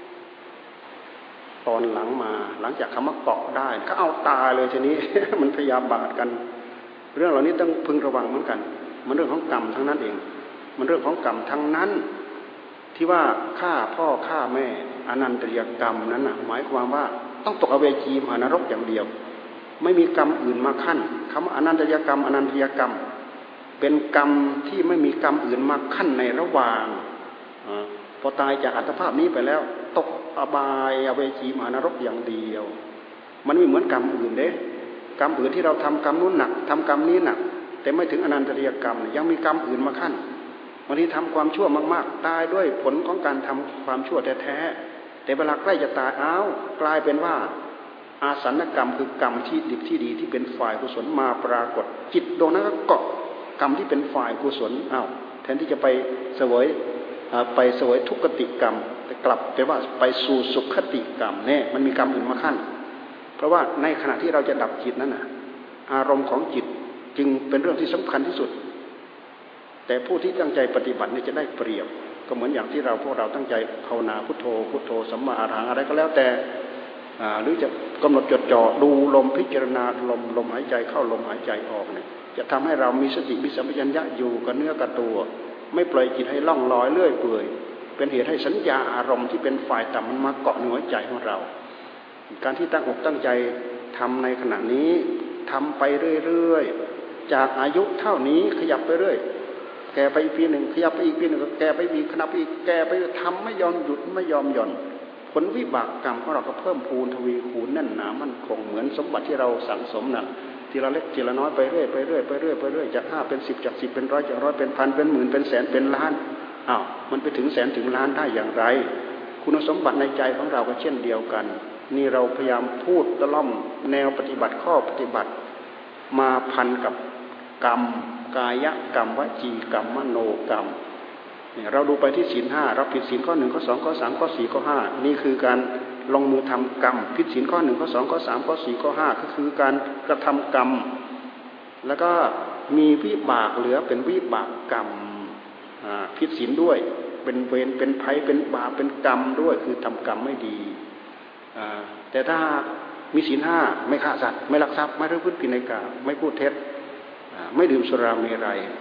ตอนหลังมาหลังจากคำว่าเกาะได้ก็เอาตายเลยทีนี้ มันพยายามบาดกันเรื่องเหล่านี้ต้องพึงระวังเหมือนกันมันเรื่องของกรรมทั้งนั้นเองมันเรื่องของกรรมทั้งนั้นที่ว่าฆ่าพ่อฆ่าแม่อนันตริยกรรมนั้นนะหมายความว่าต้องตกอเวจีมหานรกอย่างเดียวไม่มีกรรมอื่นมาขั้นคำว่าอนันตริยกรรมอนันตริยกรรมเป็นกรรมที่ไม่มีกรรมอื่นมาขั้นในระหว่างพอตายจากอัตภาพนี้ไปแล้วตกอบายอเวจีมหานรกอย่างเดียวมันไม่เหมือนกรรมอื่นเด้กรรมอื่นที่เราทำกรรมนู้นหนักทำกรรมนี้หนักแต่ไม่ถึงอนันตริยกรรมยังมีกรรมอื่นมาขั้นบางทีทำความชั่วมากๆตายด้วยผลของการทำความชั่วแท้ๆแต่เวลาใกล้จะตายอ้าวกลายเป็นว่าอาสันกรรมคือกรรมที่ดีที่ดีที่เป็นฝ่ายกุศลมาปรากฏจิตดวงนั้นก็เกาะกรรมที่เป็นฝ่ายกุศลอ้าวแทนที่จะไปเสวยไปเสวยทุกขติกรรมแต่กลับเป็นว่าไปสู่สุขติกรรมเนี่ยมันมีกรรมอื่นมาขั้นเพราะว่าในขณะที่เราจะดับจิตนั้นน่ะอารมณ์ของจิตจึงเป็นเรื่องที่สำคัญที่สุดแต่ผู้ที่ตั้งใจปฏิบัตินี่จะได้เปรียบก็เหมือนอย่างที่เราพวกเราตั้งใจภาวนาพุทโธพุทโธสัมมาอรหังอะไรก็แล้วแต่หรือจะกำหนดจดจ่อดูลมพิจารณาลมลมหายใจเข้าลมหายใจออกเนี่ยจะทำให้เรามีสติมีสัมปชัญญะอยู่กับเนื้อกับตัวไม่ปล่อยจิตให้ล่องลอยเลื่อยเปื่อยเป็นเหตุให้สัญญาอารมณ์ที่เป็นฝ่ายต่ำมันมาเกาะในหัวใจของเราการที่ตั้งอกตั้งใจทำในขณะนี้ทำไปเรื่อยๆจากอายุเท่านี้ขยับไปเรื่อยแก่ไปอีกปีหนึ่งขยับไปอีกปีหนึ่งแก่ไปอีกขนับอีกแก่ไปทำไม่ยอมหยุดไม่ยอมหย่อนผลวิบากกรรมของเราก็เพิ่มพูนทวีคูณแน่นหนามั่นคงเหมือนสมบัติที่เราสั่งสมนั่นทีละเล็กทีละน้อยไปเรื่อยไปเรื่อยไปเรื่อยไปเรื่อยจากห้าเป็นสิบจากสิบเป็นร้อยจากร้อยเป็นพันเป็นหมื่นเป็นแสนเป็นล้านอ้าวมันไปถึงแสนถึงล้านได้อย่างไรคุณสมบัติในใจของเราก็เช่นเดียวกันนี่เราพยายามพูดตะล่อมแนวปฏิบัติข้อปฏิบัติมาพันกับกรรมกายกรรมวจีกรรมมโนกรรมเนี่ยเราดูไปที่ศีลห้าเราผิดศีลข้อหนึ่งข้อสองข้อสามข้อสี่ข้อห้านี่คือการลงมือทำกรรมผิดศีลข้อหนึ่งข้อสองข้อสามข้อสี่ข้อห้าก็คือการกระทำกรรมแล้วก็มีวิบากเหลือเป็นวิบากกรรมผิดศีลด้วยเป็นเวรเป็นภัยเป็นบาปเป็นกรรมด้วยคือทำกรรมไม่ดีแต่ถ้ามีศีลห้าไม่ฆ่าสัตว์ไม่ลักทรัพย์ไม่ประพฤติผิดในกามไม่พูดเท็จไม่ดื่มสุราเมรัย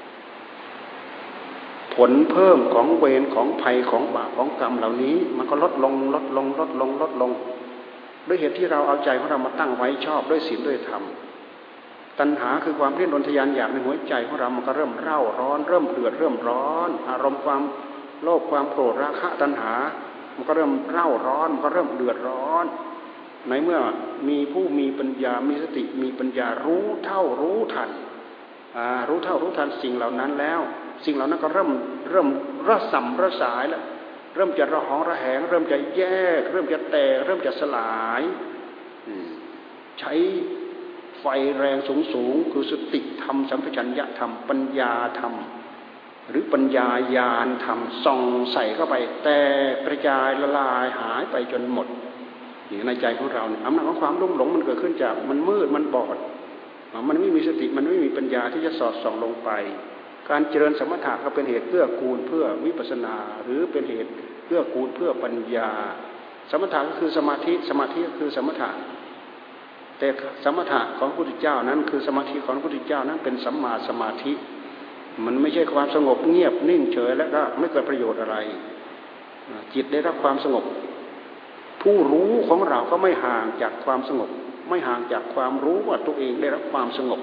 ผลเพิ่มของเวรของภัยของบาปของกรรมเหล่านี้มันก็ลดลงลดลงลดลงลดลงด้วยเหตุที่เราเอาใจของเรามาตั้งไว้ชอบด้วยศีลด้วยธรรมตัณหาคือความเรียนรนทยานอยากในหัวใจของเรามันก็เริ่มเร่าร้อนเริ่มเดือดเริ่มร้อนอารมณ์ความโลภความโกรธราคะตัณหามันก็เริ่มเร่าร้อนมันก็เริ่มเดือดร้อนในเมื่อมีผู้มีปัญญามีสติมีปัญญารู้เท่ารู้ทันรู้เท่ารู้ทันสิ่งเหล่านั้นแล้วสิ่งเหล่านั้นก็เริ่มเริ่มระสำระสายแล้วเริ่มจะระหองระแหงเริ่มจะแยกเริ่มจะแตกเริ่มจะสลายใช้ไฟแรงสูงสูงคือสติธรรมสัมปชัญญะธรรมปัญญาธรรมหรือปัญญาญาณธรรมส่องใส่เข้าไปแตกกระจายละลายหายไปจนหมดในใจของเราเนี่ยอำนาจของความรุ่มหลงมันเกิดขึ้นจากมันมืดมันบอดมันไม่มีสติมันไม่มีปัญญาที่จะสอดส่องลงไปการเจริญสมถะก็เป็นเหตุเพื่อกูลเพื่อวิปัสสนาหรือเป็นเหตุเพื่อกูลเพื่อปัญญาสมถะก็คือสมาธิสมาธิก็คือสมถะแต่สมถะของพระพุทธเจ้านั้นคือสมาธิของพระพุทธเจ้านั้นเป็นสัมมาสมาธิมันไม่ใช่ความสงบเงียบนิ่งเฉยแล้วก็ไม่เกิดประโยชน์อะไรจิตได้รับความสงบผู้รู้ของเราก็ไม่ห่างจากความสงบไม่ห่างจากความรู้ว่าตัวเองได้รับความสงบ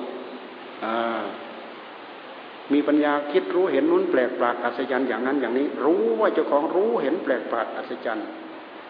มีปัญญาคิดรู้เห็นนู้นแปลกประหลาดอัศจรรย์อย่างนั้นอย่างนี้รู้ว่าเจ้าของรู้เห็นแปลกประหลาดอัศจรรย์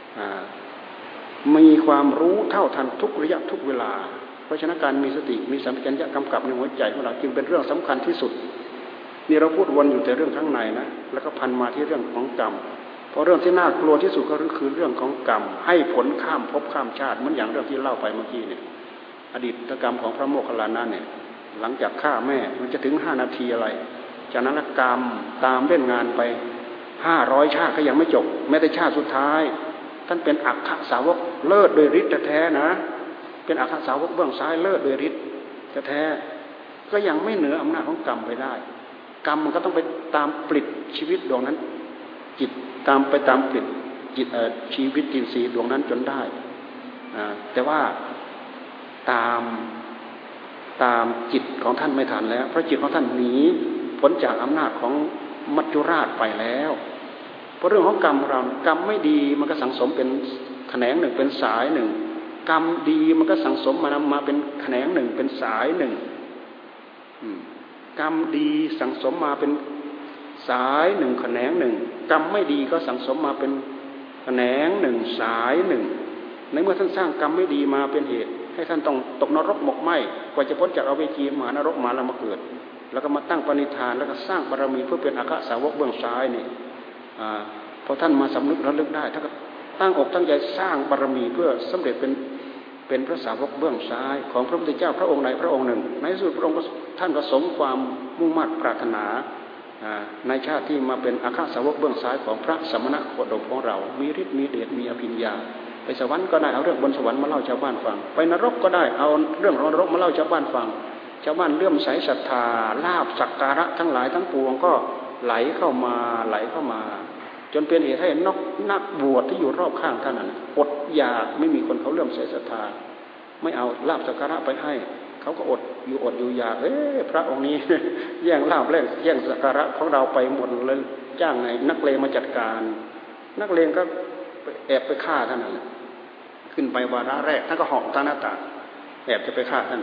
มีความรู้เท่าทันทุกระยะทุกเวลาเพราะฉะนั้นการมีสติมีสัมปชัญญะกำกับในหัวใจของเราจึงเป็นเรื่องสำคัญที่สุดนี่เราพูดวนอยู่แต่เรื่องข้างในนะแล้วก็พันมาที่เรื่องของกรรมเพราะเรื่องที่น่ากลัวที่สุดก็คือเรื่องของกรรมให้ผลข้ามภพข้ามชาติเหมือนอย่างเรื่องที่เล่าไปเมื่อกี้เนี่ยอดีตกรรมของพระโมคคัลลานะเนี่ยหลังจากฆ่าแม่มันจะถึงห้านาทีอะไรจากนั้นกรรมตามเล่นงานไปห้าร้อยชาติก็ยังไม่จบแม้แต่ชาติสุดท้ายท่านเป็นอัคคสาวกเลิศโดยฤทธิ์แท้ๆนะเป็นอัคคสาวกเบื้องซ้ายเลิศโดยฤทธิ์แท้ๆก็ยังไม่เหนืออำนาจของกรรมไปได้กรรมมันก็ต้องไปตามปลิดชีวิตดวงนั้นจิตตามไปตามปลิดจิตชีวิตจินทรีย์ดวงนั้นจนได้แต่ว่าตามตามจิตของท่านไม่ทันแล้วเพราะจิตของท่านหนีพ้นจากอำนาจของมัจจุราชไปแล้วเพราะเรื่องของกรรมเรากรรมไม่ดีมันก็สังสมเป็นแขนงหนึ่งเป็นสายหนึ่งกรรมดีมันก็สังสมมานำมาเป็นแขนงหนึ่งเป็นสายหนึ่งกรรมดีสังสมมาเป็นสายหนึ่งแขนงหนึ่งกรรมไม่ดีก็สังสมมาเป็นแขนงหนึ่งสายหนึ่งในเมื่อท่านสร้างกรรมไม่ดีมาเป็นเหตุให้ท่านต้องตกนรกหมกไหมกว่าจะพ้นจากอเวจีมหานรกมาแล้วมาเกิดแล้วก็มาตั้งปณิธานแล้วก็สร้างบารมีเพื่อเป็นอัคคสาวกเบื้องซ้ายนี่พอท่านมาสำนึกระลึกได้ท่านก็ตั้งอกตั้งใจสร้างบารมีเพื่อสำเร็จเป็นเป็นพระสาวกเบื้องซ้ายของพระพุทธเจ้าพระองค์ใดพระองค์หนึ่งในที่สุดพระองค์ท่านก็สมความมุ่งมั่นปรารถนาในชาติที่มาเป็นอัคคสาวกเบื้องซ้ายของพระสมณโคดมของเรามีฤทธิ์มีเดชมีอภิญญาไปสวรรค์ก็ได้เอาเรื่องบนสวรรค์มาเล่าชาวบ้านฟังไปนรกก็ได้เอาเรื่องนรกมาเล่าชาวบ้านฟังชาวบ้านเลื่อมใสศรัทธาลาภสักการะทั้งหลายทั้งปวงก็ไหลเข้ามาไหลเข้ามาจนเป็นเหตุให้นักนักบวชที่อยู่รอบข้างท่านนั้นอดอยากไม่มีคนเขาเลื่อมใสศรัทธาไม่เอาลาภสักการะไปให้เขาก็อดอยู่อดอยู่อยากเอ๊ะพระองค์นี้แย่งลาภแลกแย่งสักการะของเราไปหมดเลยจ้างไงนักเลงมาจัดการนักเลงก็แอบไปฆ่าท่านนั่นแหละขึ้นไปวาระแรกท่านก็เหาะทางหน้าต่างแอบจะไปฆ่าท่าน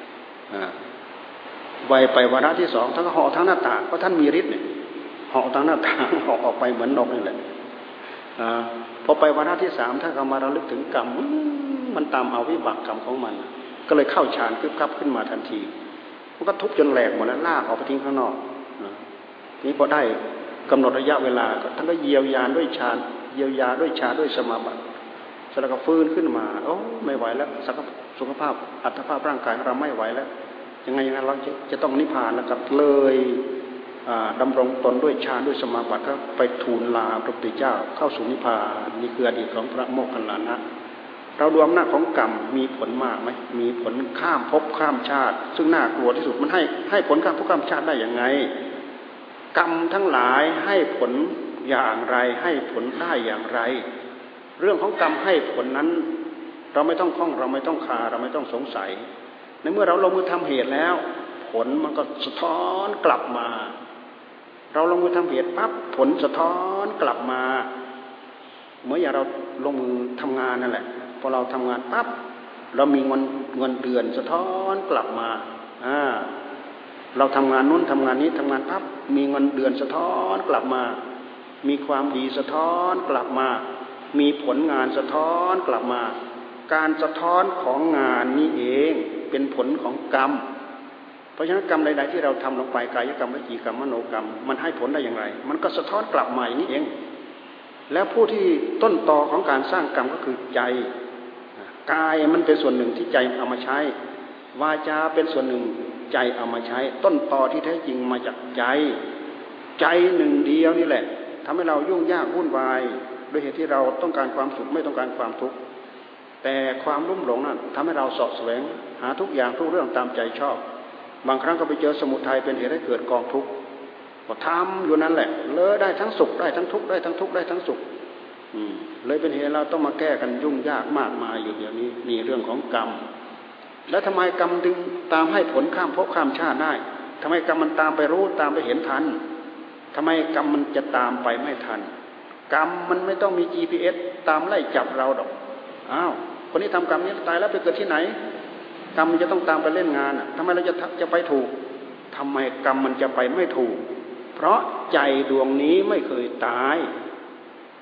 ไวไปวาระที่สองท่านก็เหาะทางหน้าต่างเพราะท่านมีฤทธิ์เนี่ยเหาะทางหน้าต่างเหาะออกไปเหมือนนกนี่แหละพอไปวาระที่สามท่านก็มาระลึกถึงกรรมมันตามเอาวิบากกรรมของมันก็เลยเข้าฌานกึบกับขึ้นมาทันทีมันก็ทุบจนแหลกหมดแล้วลากออกไปทิ้งข้างนอกทีนี้พอได้กำหนดระยะเวลาท่านก็เยียวยาด้วยฌานเยียวยาด้วยฌานด้วยสมาบัติแล้วก็ฟื้นขึ้นมาโอ้ไม่ไหวแล้วสุขภาพอัตภาพร่างกายเราไม่ไหวแล้วยังไงยังไงเราจะจะต้องนิพพานแล้วก็เลยดำรงตนด้วยฌานด้วยสมาบัติก็ไปทูลลาพระพุทธเจ้าเข้าสู่นิพพานนี่คืออดีตของพระโมคคัลลานะเราดูอำนาจของกรรมมีผลมากไหมมีผลข้ามภพข้ามชาติซึ่งน่ากลัวที่สุดมันให้ให้ผลข้ามภพข้ามชาติได้อย่างไงกรรมทั้งหลายให้ผลอย่างไรให้ผลได้อย่างไรเรื่องของกรรมให้ผลนั้นเราไม่ต้องคล้องเราไม่ต้องคาเราไม่ต้องสงสัยในเมื่อเราลงมือทำเหตุแล้วผลมันก็สะท้อนกลับมาเราลงมือทำเหตุปั๊บผลสะท้อนกลับมาเหมือนอย่างเราลงมือทำงานนั่นแหละพอเราทำงานปั๊บเรามีเงินเงินเดือนสะท้อนกลับมาอ่าเราทำงานนู้นทำงานนี้ทำงานปั๊บมีเงินเดือนสะท้อนกลับมามีความดีสะท้อนกลับมามีผลงานสะท้อนกลับมาการสะท้อนของงานนี้เองเป็นผลของกรรมเพราะฉะนั้นกรรมใดๆที่เราทำลงไปกายกรรมวจีกรรมมโนกรรมมันให้ผลได้อย่างไรมันก็สะท้อนกลับมาอย่างนี้เองแล้วผู้ที่ต้นตอของการสร้างกรรมก็คือใจกายมันเป็นส่วนหนึ่งที่ใจเอามาใช้วาจาเป็นส่วนหนึ่งใจเอามาใช้ต้นตอที่แท้จริงมาจากใจใจหนึ่งเดียวนี่แหละทำให้เรายุ่งยากวุ่นวายโดยเหตุที่เราต้องการความสุขไม่ต้องการความทุกข์แต่ความลุ่มหลงนั้นทำให้เราเสาะแสวงหาทุกอย่างทุกเรื่องตามใจชอบบางครั้งก็ไปเจอสมุทัยเป็นเหตุให้เกิดกองทุกข์ก็ทำอยู่นั่นแหละเลยได้ทั้งสุขได้ทั้งทุกข์ได้ทั้งทุกข์ได้ทั้งสุขเลยเป็นเหตุเราต้องมาแก้กันยุ่งยากมากมายอยู่เดี๋ยวนี้นี่เรื่องของกรรมแล้วทำไมกรรมจึงตามให้ผลข้ามภพข้ามชาติได้ทำไมกรรมมันตามไปรู้ตามไปเห็นทันทำไมกรรมมันจะตามไปไม่ทันกรรมมันไม่ต้องมี จี พี เอส ตามไล่จับเราดอกอ้าวคนนี้ทำกรรมนี้ตายแล้วไปเกิดที่ไหนกรรมมันจะต้องตามไปเล่นงานอ่ะทำไมเราจะจะไปถูกทำไมกรรมมันจะไปไม่ถูกเพราะใจดวงนี้ไม่เคยตาย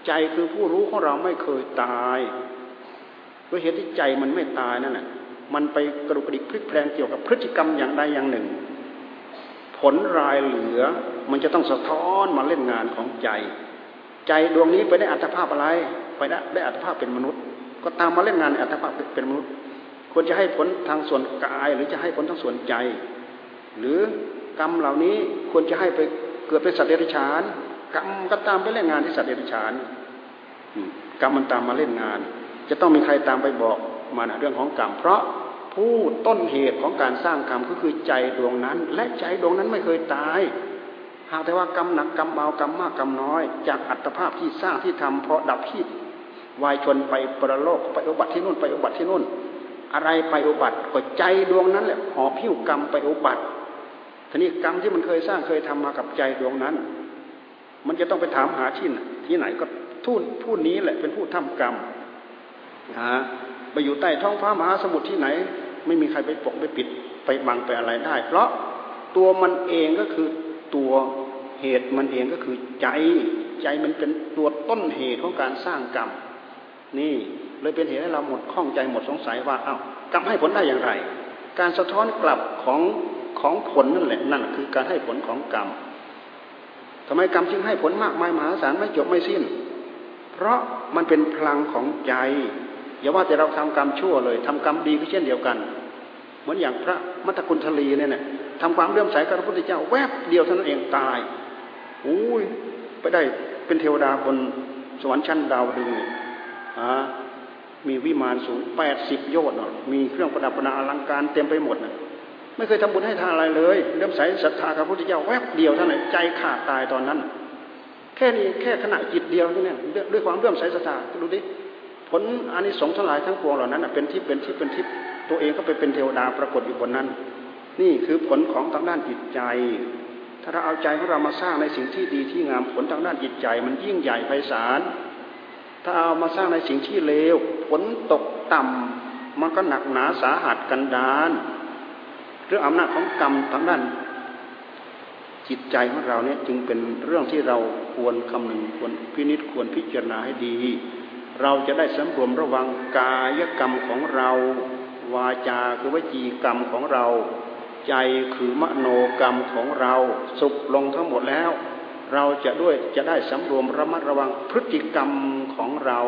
ใจคือผู้รู้ของเราไม่เคยตายด้วยเหตุที่ใจมันไม่ตายนั่นแหละมันไปกระดุกกระดิกพลิกแปลงเกี่ยวกับพฤติกรรมอย่างใดอย่างหนึ่งผลรายเหลือมันจะต้องสะท้อนมาเล่นงานของใจใจดวงนี้ไปได้อัตภาพอะไรไปได้ได้อัตภาพเป็นมนุษย์ก็ตามมาเล่นงานในอัตภาพเป็นมนุษย์ควรจะให้ผลทางส่วนกายหรือจะให้ผลทางส่วนใจหรือกรรมเหล่านี้ควรจะให้ไปเกิดเป็นสัตว์เดรัจฉานกรรมก็ตามไปเล่นงานที่สัตว์เดรัจฉานกรรมมันตามมาเล่นงานจะต้องมีใครตามไปบอกมาเรื่องของกรรมเพราะผู้ต้นเหตุของการสร้างกรรมก็คือใจดวงนั้นและใจดวงนั้นไม่เคยตายหากแต่ว่ากรรมหนักกรรมเบากรรมมากกรรมน้อยจากอัตภาพที่สร้างที่ทำเพราะดับที่วายชนไปปรโลกไปอุบัติที่นู่นไปอุบัติที่นู่นอะไรไปอุบัติก็ใจดวงนั้นแหละหอบหิ้วกรรมไปอุบัติทีนี้กรรมที่มันเคยสร้างเคยทำมากับใจดวงนั้นมันจะต้องไปถามหาที่ที่ไหนก็ทูตผู้นี้แหละเป็นผู้ทำกรรมนะไปอยู่ใต้ท้องฟ้ามหาสมุทรที่ไหนไม่มีใครไปปกไปปิดไปบังไปอะไรได้เพราะตัวมันเองก็คือตัวเหตุมันเองก็คือใจใจมันเป็นตัวต้นเหตุของการสร้างกรรมนี่เลยเป็นเหตุให้เราหมดข้องใจหมดสงสัยว่าอ้าวกรรมให้ผลได้อย่างไรการสะท้อนกลับของของผลนั่นแหละนั่นคือการให้ผลของกรรมทำไมกรรมจึงให้ผลมากมายมหาศาลไม่จบไม่สิ้นเพราะมันเป็นพลังของใจอย่าว่าแต่เราทำกรรมชั่วเลยทำกรรมดีก็เช่นเดียวกันเหมือนอย่างพระมัตตกุลทลีเนี่ยนะทำความเลื่อมใสกับพระพุทธเจ้าแวบเดียวเท่านั้นเองตายอุ้ยไปได้เป็นเทวดาบนสวรรค์ชั้นดาวดึงอ่ามีวิมานสูงแปดสิบโยชน์มีเครื่องประดับประดาอลังการเต็มไปหมดนะไม่เคยทำบุญให้ทานอะไรเลยเลื่อมใสศรัทธากับพระพุทธเจ้าแวบเดียวเท่านั้นใจขาดตายตอนนั้นแค่นี้แค่ขณะจิตเดียวนี่ด้วยความเลื่อมใสศรัทธาดูดิผลอานิสงส์ทั้งหลายทั้งปวงเหล่านั้นเป็นทิพย์เป็นทิพย์เป็นทิพย์ตัวเองก็ไปเป็นเทวดาปรากฏอยู่บนนั้นนี่คือผลของทางด้านจิตใจถ้าเราเอาใจของเรามาสร้างในสิ่งที่ดีที่งามผลทางด้านจิตใจมันยิ่งใหญ่ไพศาลถ้าเอามาสร้างในสิ่งที่เลวผลตกต่ำมันก็หนักหนาสาหัสกันดารเรื่องอำนาจของกรรมทางด้านจิตใจของเราเนี่ยจึงเป็นเรื่องที่เราควรคำนึงควรพินิจควรพิจารณาให้ดีเราจะได้สำรวมระวังกายกรรมของเราวาจาคือวจีกรรมของเราใจคือมโนกรรมของเราสุขลงทั้งหมดแล้วเราจะด้วยจะได้สำรวมระมัดระวังพฤติกรรมของเรา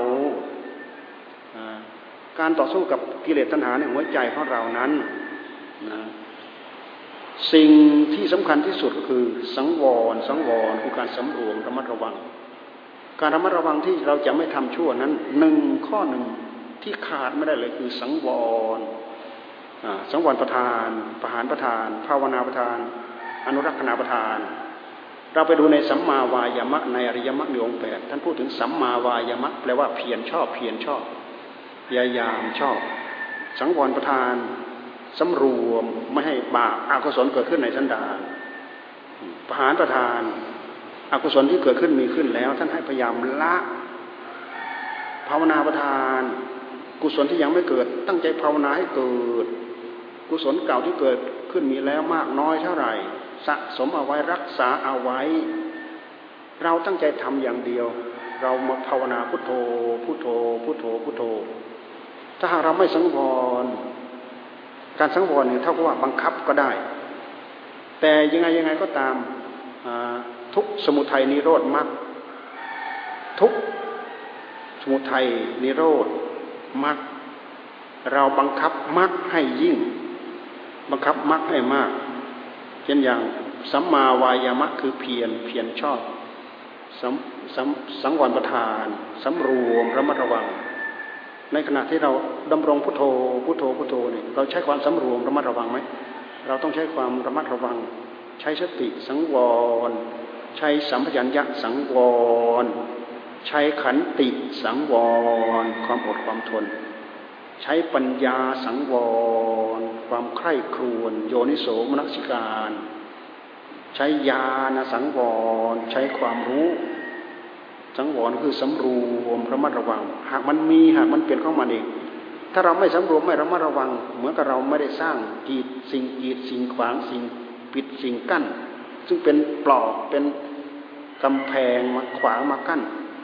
การต่อสู้กับกิเลสตัณหาในหัวใจของเรานั้นนะสิ่งที่สำคัญที่สุดก็คือสังวรสังวรคือการสำรวมระมัดระวังการระมัดระวังที่เราจะไม่ทำชั่วนั้นหนึ่งข้อหนึ่งที่ขาดไม่ได้เลยคือสังวรสังวรประทานประหารประทานภาวนาประทานอนุรักษณาประทานเราไปดูในสัมมาวายามะในอริยมรรคมีองค์แปดท่านพูดถึงสัมมาวายามะแปลว่าเพียรชอบเพียรชอบพยายามชอบสังวรประทานสำรวมไม่ให้บาปอกุศลเกิดขึ้นในสันดานประหารประทานอกุศลที่เกิดขึ้นมีขึ้นแล้วท่านให้พยายามละภาวนาประทานกุศลที่ยังไม่เกิดตั้งใจภาวนาให้เกิดกุศลเก่าที่เกิดขึ้นมีแล้วมากน้อยเท่าไหร่สะสมเอาไว้รักษาเอาไว้เราตั้งใจทำอย่างเดียวเรามาภาวนาพุทโธพุทโธพุทโธพุทโธถ้าหากเราไม่สังวรการสังวรเนี่ยเท่ากับว่าบังคับก็ได้แต่ยังไงยังไงก็ตามทุกสมุทัยนิโรธมรรคทุกสมุทัยนิโรธมรรคเราบังคับมรรคให้ยิ่งบังคับมรรคให้มากเช่นอย่างสัมมาวายามะคือเพียรเพียรชอบสัมสัมสังวรประทานสำรวมระมัดระวังในขณะที่เราดำรงพุทโธพุทโธพุทโธเนี่ยเราใช้ความสำรวมระมัดระวังไหมเราต้องใช้ความระมัดระวังใช้สติสังวรใช้สัมปชัญญะสังวรใช้ขันติสังวรความอดความทนใช้ปัญญาสังวรความใคร่ครวญโยนิโสมนสิการใช้ญาณสังวรใช้ความรู้สังวรคือสำรวมระมัดระวังหากมันมีหากมันเป็นของมันเองถ้าเราไม่สำรวมไม่ระมัดระวังเหมือนกับเราไม่ได้สร้างกีดสิ่งกีดสิ่งขวางสิ่งปิดสิ่งกั้นซึ่งเป็นปลอกเป็นกำแพงมาขวางมากั้น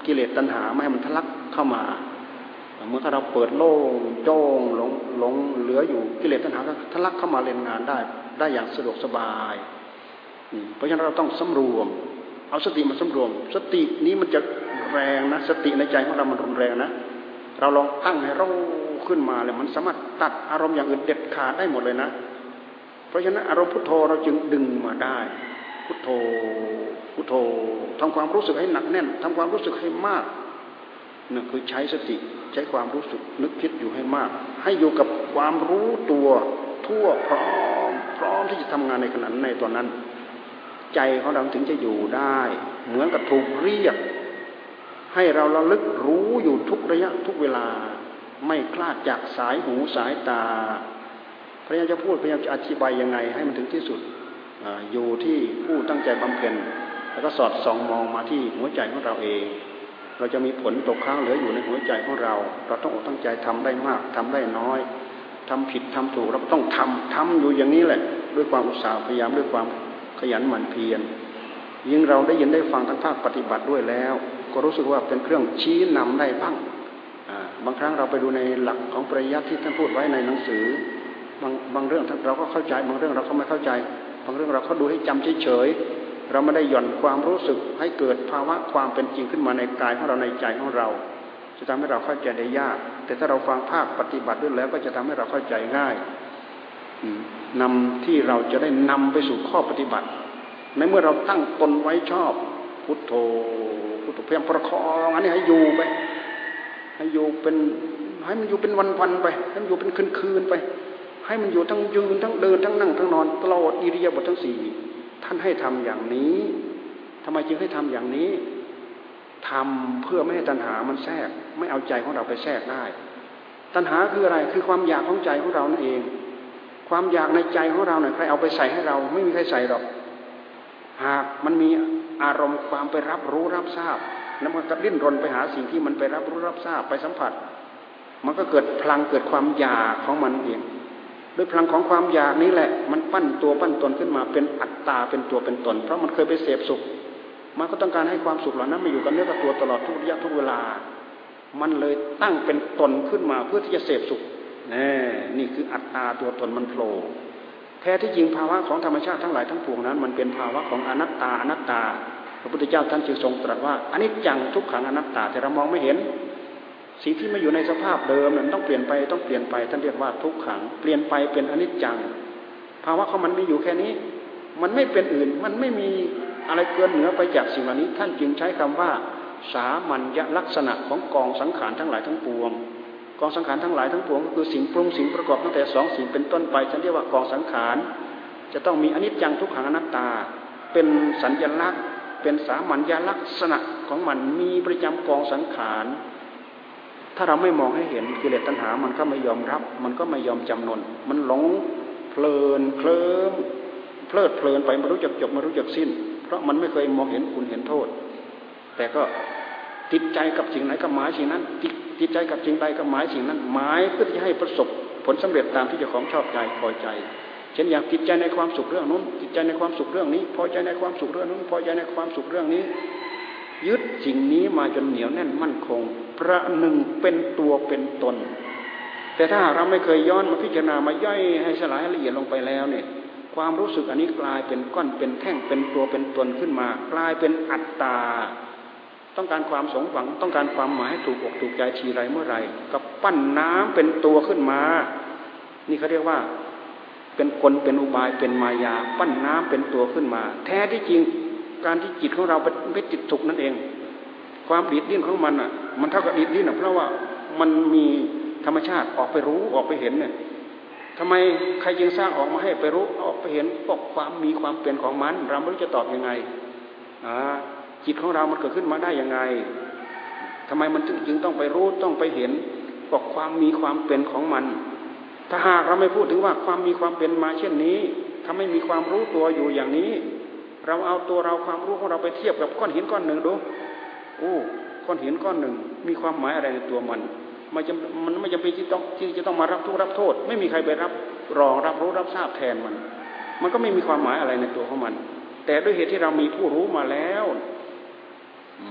กิเลสตัณหาไม่ให้มันทะลักเข้ามาเมื่อถ้าเราเปิดโล่งโจ้งหลงหลงเหลืออยู่กิเลสตัณหาก็ทะลักเข้ามาเล่นงานได้ได้อย่างสะดวกสบายเพราะฉะนั้นเราต้องสำรวมเอาสติมาสำรวมสตินี้มันจะแรงนะสติในใจของเรามันรุนแรงนะเราลองตั้งให้เราขึ้นมาเลยมันสามารถตัดอารมณ์อย่างอื่นเด็ดขาดได้หมดเลยนะเพราะฉะนั้นอารมณ์พุทโธเราจึงดึงมาได้พุทโธพุทโธทำความรู้สึกให้หนักแน่นทำความรู้สึกให้มากนั่นคือใช้สติใช้ความรู้สึกนึกคิดอยู่ให้มากให้อยู่กับความรู้ตัวทั่วพร้อมพร้อมที่จะทำงานในขณะในตอนนั้นใจของเราถึงจะอยู่ได้เหมือนกับถูกเรียกให้เราระลึกรู้อยู่ทุกระยะทุกเวลาไม่คลาดจากสายหูสายตาพยายามจะพูดพยายามจะอธิบายยังไงให้มันถึงที่สุดอยู่ที่ผู้ตั้งใจบำเพ็ญแล้วก็สอดส่องมองมาที่หัวใจของเราเองเราจะมีผลตกค้างเหลืออยู่ในหัวใจของเราเราต้องตั้งใจทำได้มากทำได้น้อยทำผิดทำถูกเราก็ต้องทำทำอยู่อย่างนี้แหละด้วยความอุตสาห์พยายามด้วยความขยันหมั่นเพียรยิ่งเราได้ยินได้ฟังทั้งภาคปฏิบัติด้วยแล้วก็รู้สึกว่าเป็นเครื่องชี้นำได้บ้างบางครั้งเราไปดูในหลักของปริยัติที่ท่านพูดไว้ในหนังสือบางบางเรื่องเราก็เข้าใจบางเรื่องเราก็ไม่เข้าใจบางเรื่องเราก็ดูให้จำเฉยๆเราไม่ได้หย่อนความรู้สึกให้เกิดภาวะความเป็นจริงขึ้นมาในกายของเราในใจของเราจะทำให้เราเข้าใจได้ยากแต่ถ้าเราฟังภาคปฏิบัติด้วยแล้วก็จะทำให้เราเข้าใจง่ายนำที่เราจะได้นำไปสู่ข้อปฏิบัติในเมื่อเราตั้งตนไว้ชอบพุทโธพุทโธเพียงประคองอันนี้ให้อยู่ไปให้อยู่เป็นให้มันอยู่เป็นวันๆไปให้มันอยู่เป็นคืนๆไปให้มันอยู่ทั้งยืนทั้งเดินทั้งนั่งทั้งนอนตลอดอิริยาบถทั้งสี่ท่านให้ทำอย่างนี้ทำไมจึงให้ทำอย่างนี้ทำเพื่อไม่ให้ตัณหามันแทรกไม่เอาใจของเราไปแทรกได้ตัณหาคืออะไรคือความอยากของใจของเรานั่นเองความอยากในใจของเราเนี่ยใครเอาไปใส่ให้เราไม่มีใครใส่หรอกหากมันมีอารมณ์ความไปรับรู้รับทราบแล้วมันก็ดิ้นรนไปหาสิ่งที่มันไปรับรู้รับทราบไปสัมผัสมันก็เกิดพลังเกิดความอยากของมันเองด้วยพลังของความอยากนี้แหละมันปั้นตัวปั้นตนขึ้นมาเป็นอัตตาเป็นตัวเป็นตนเพราะมันเคยไปเสพสุขมันก็ต้องการให้ความสุขเหล่านั้นมาอยู่กับเนื้อกับตัวตลอดทุกระยะทุกเวลามันเลยตั้งเป็นตนขึ้นมาเพื่อที่จะเสพสุขนี่นี่คืออัตตาตัวตนมันโผล่แท้ที่จริงภาวะของธรรมชาติทั้งหลายทั้งปวงนั้นมันเป็นภาวะของอนัตตาอนัตตาพระพุทธเจ้าท่านจึงทรงตรัสว่าอนิจจังทุกขังอนัตตาแต่เรามองไม่เห็นสิ่งที่ไม่อยู่ในสภาพเดิมนั้นต้องเปลี่ยนไปต้องเปลี่ยนไปท่านเรียกว่าทุกขังเปลี่ยนไปเป็นอนิจจังภาวะของมันไม่อยู่แค่นี้มันไม่เป็นอื่นมันไม่มีอะไรเกินเหนือไปจากสิ่งเหล่านี้ท่านจึงใช้คำว่าสามัญญลักษณะของกองสังขารทั้งหลายทั้งปวงกองสังขารทั้งหลายทั้งปวงก็คือสิ่งปรุงสิ่งประกอบตั้งแต่สองสิ่งเป็นต้นไปท่านเรียกว่ากองสังขารจะต้องมีอนิจจังทุกขังอนัตตาเป็นสัญลักษณ์เป็นสามัญญลักษณะของมันมีประจำกองสังขารถ้าเราไม่มองให้เห็นกิเลสตัณหามันก็ไม่ยอมรับมันก็ไม่ยอมจำนนมันหลงเพลินเคลิ้มเพลิดเพลินไปไม่รู้จักจบไม่รู้จักสิ้นเพราะมันไม่เคยมองเห็นคุณเห็นโทษแต่ก็ติดใจกับสิ่งไหนก็หมายสิ่งนั้นติดติดใจกับสิ่งใดก็หมายสิ่งนั้นหมายเพื่อที่ให้ประสบผลสำเร็จตามที่เจ้าของชอบใจพอใจเช่นอย่างติดใจในความสุขเรื่องนู้นติดใจในความสุขเรื่องนี้พอใจในความสุขเรื่องนู้นพอใจในความสุขเรื่องนี้ยึดสิ่งนี้มาจนเหนียวแน่นมั่นคงประหนึ่งเป็นตัวเป็นตนแต่ถ้าเราไม่เคยย้อนมาพิจารณามาย่อยให้สลายละเอียดลงไปแล้วเนี่ยความรู้สึกอันนี้กลายเป็นก้อนเป็นแท่งเป็นตัวเป็นตนขึ้นมากลายเป็นอัตตาต้องการความสมหวังต้องการความหมายถูกอกถูกใจทีไรเมื่อไรก็ปั้นน้ำเป็นตัวขึ้นมานี่เขาเรียกว่าเป็นกลเป็นอุบายเป็นมายาปั้นน้ำเป็นตัวขึ้นมาแท้ที่จริงการที่จิตของเราไปติดถูกนั่นเองความดีดดิ้นของมันอ่ะมันเท่ากับดีดดิ้นเพราะว่ามันมีธรรมชาติออกไปรู้ออกไปเห็นเนี่ยทำไมใครจึงสร้างออกมาให้ไปรู้ออกไปเห็นปกความมีความเป็นของมันเราไม่รู้จะตอบยังไงอ่าจิตของเรามันเกิดขึ้นมาได้ยังไงทำไมมันจึงต้องไปรู้ต้องไปเห็นปกความมีความเป็นของมันถ้าหากเราไม่พูดถึงว่าความมีความเป็นมาเช่นนี้ถ้าไม่มีความรู้ตัวอยู่อย่างนี้เราเอาตัวเราความรู้ของเราไปเทียบกับก้อนหินก้อนหนึ่งดูโอ้ก้อนหินก้อนหนึ่งมีความหมายอะไรในตัวมันมันจำมันไม่จำเป็นที่ต้องที่จะต้องมารับทุกข์รับโทษไม่มีใครไปรับรองรับรู้รับทราบแทนมันมันก็ไม่มีความหมายอะไรในตัวของมันแต่ด้วยเหตุที่เรามีผู้รู้มาแล้ว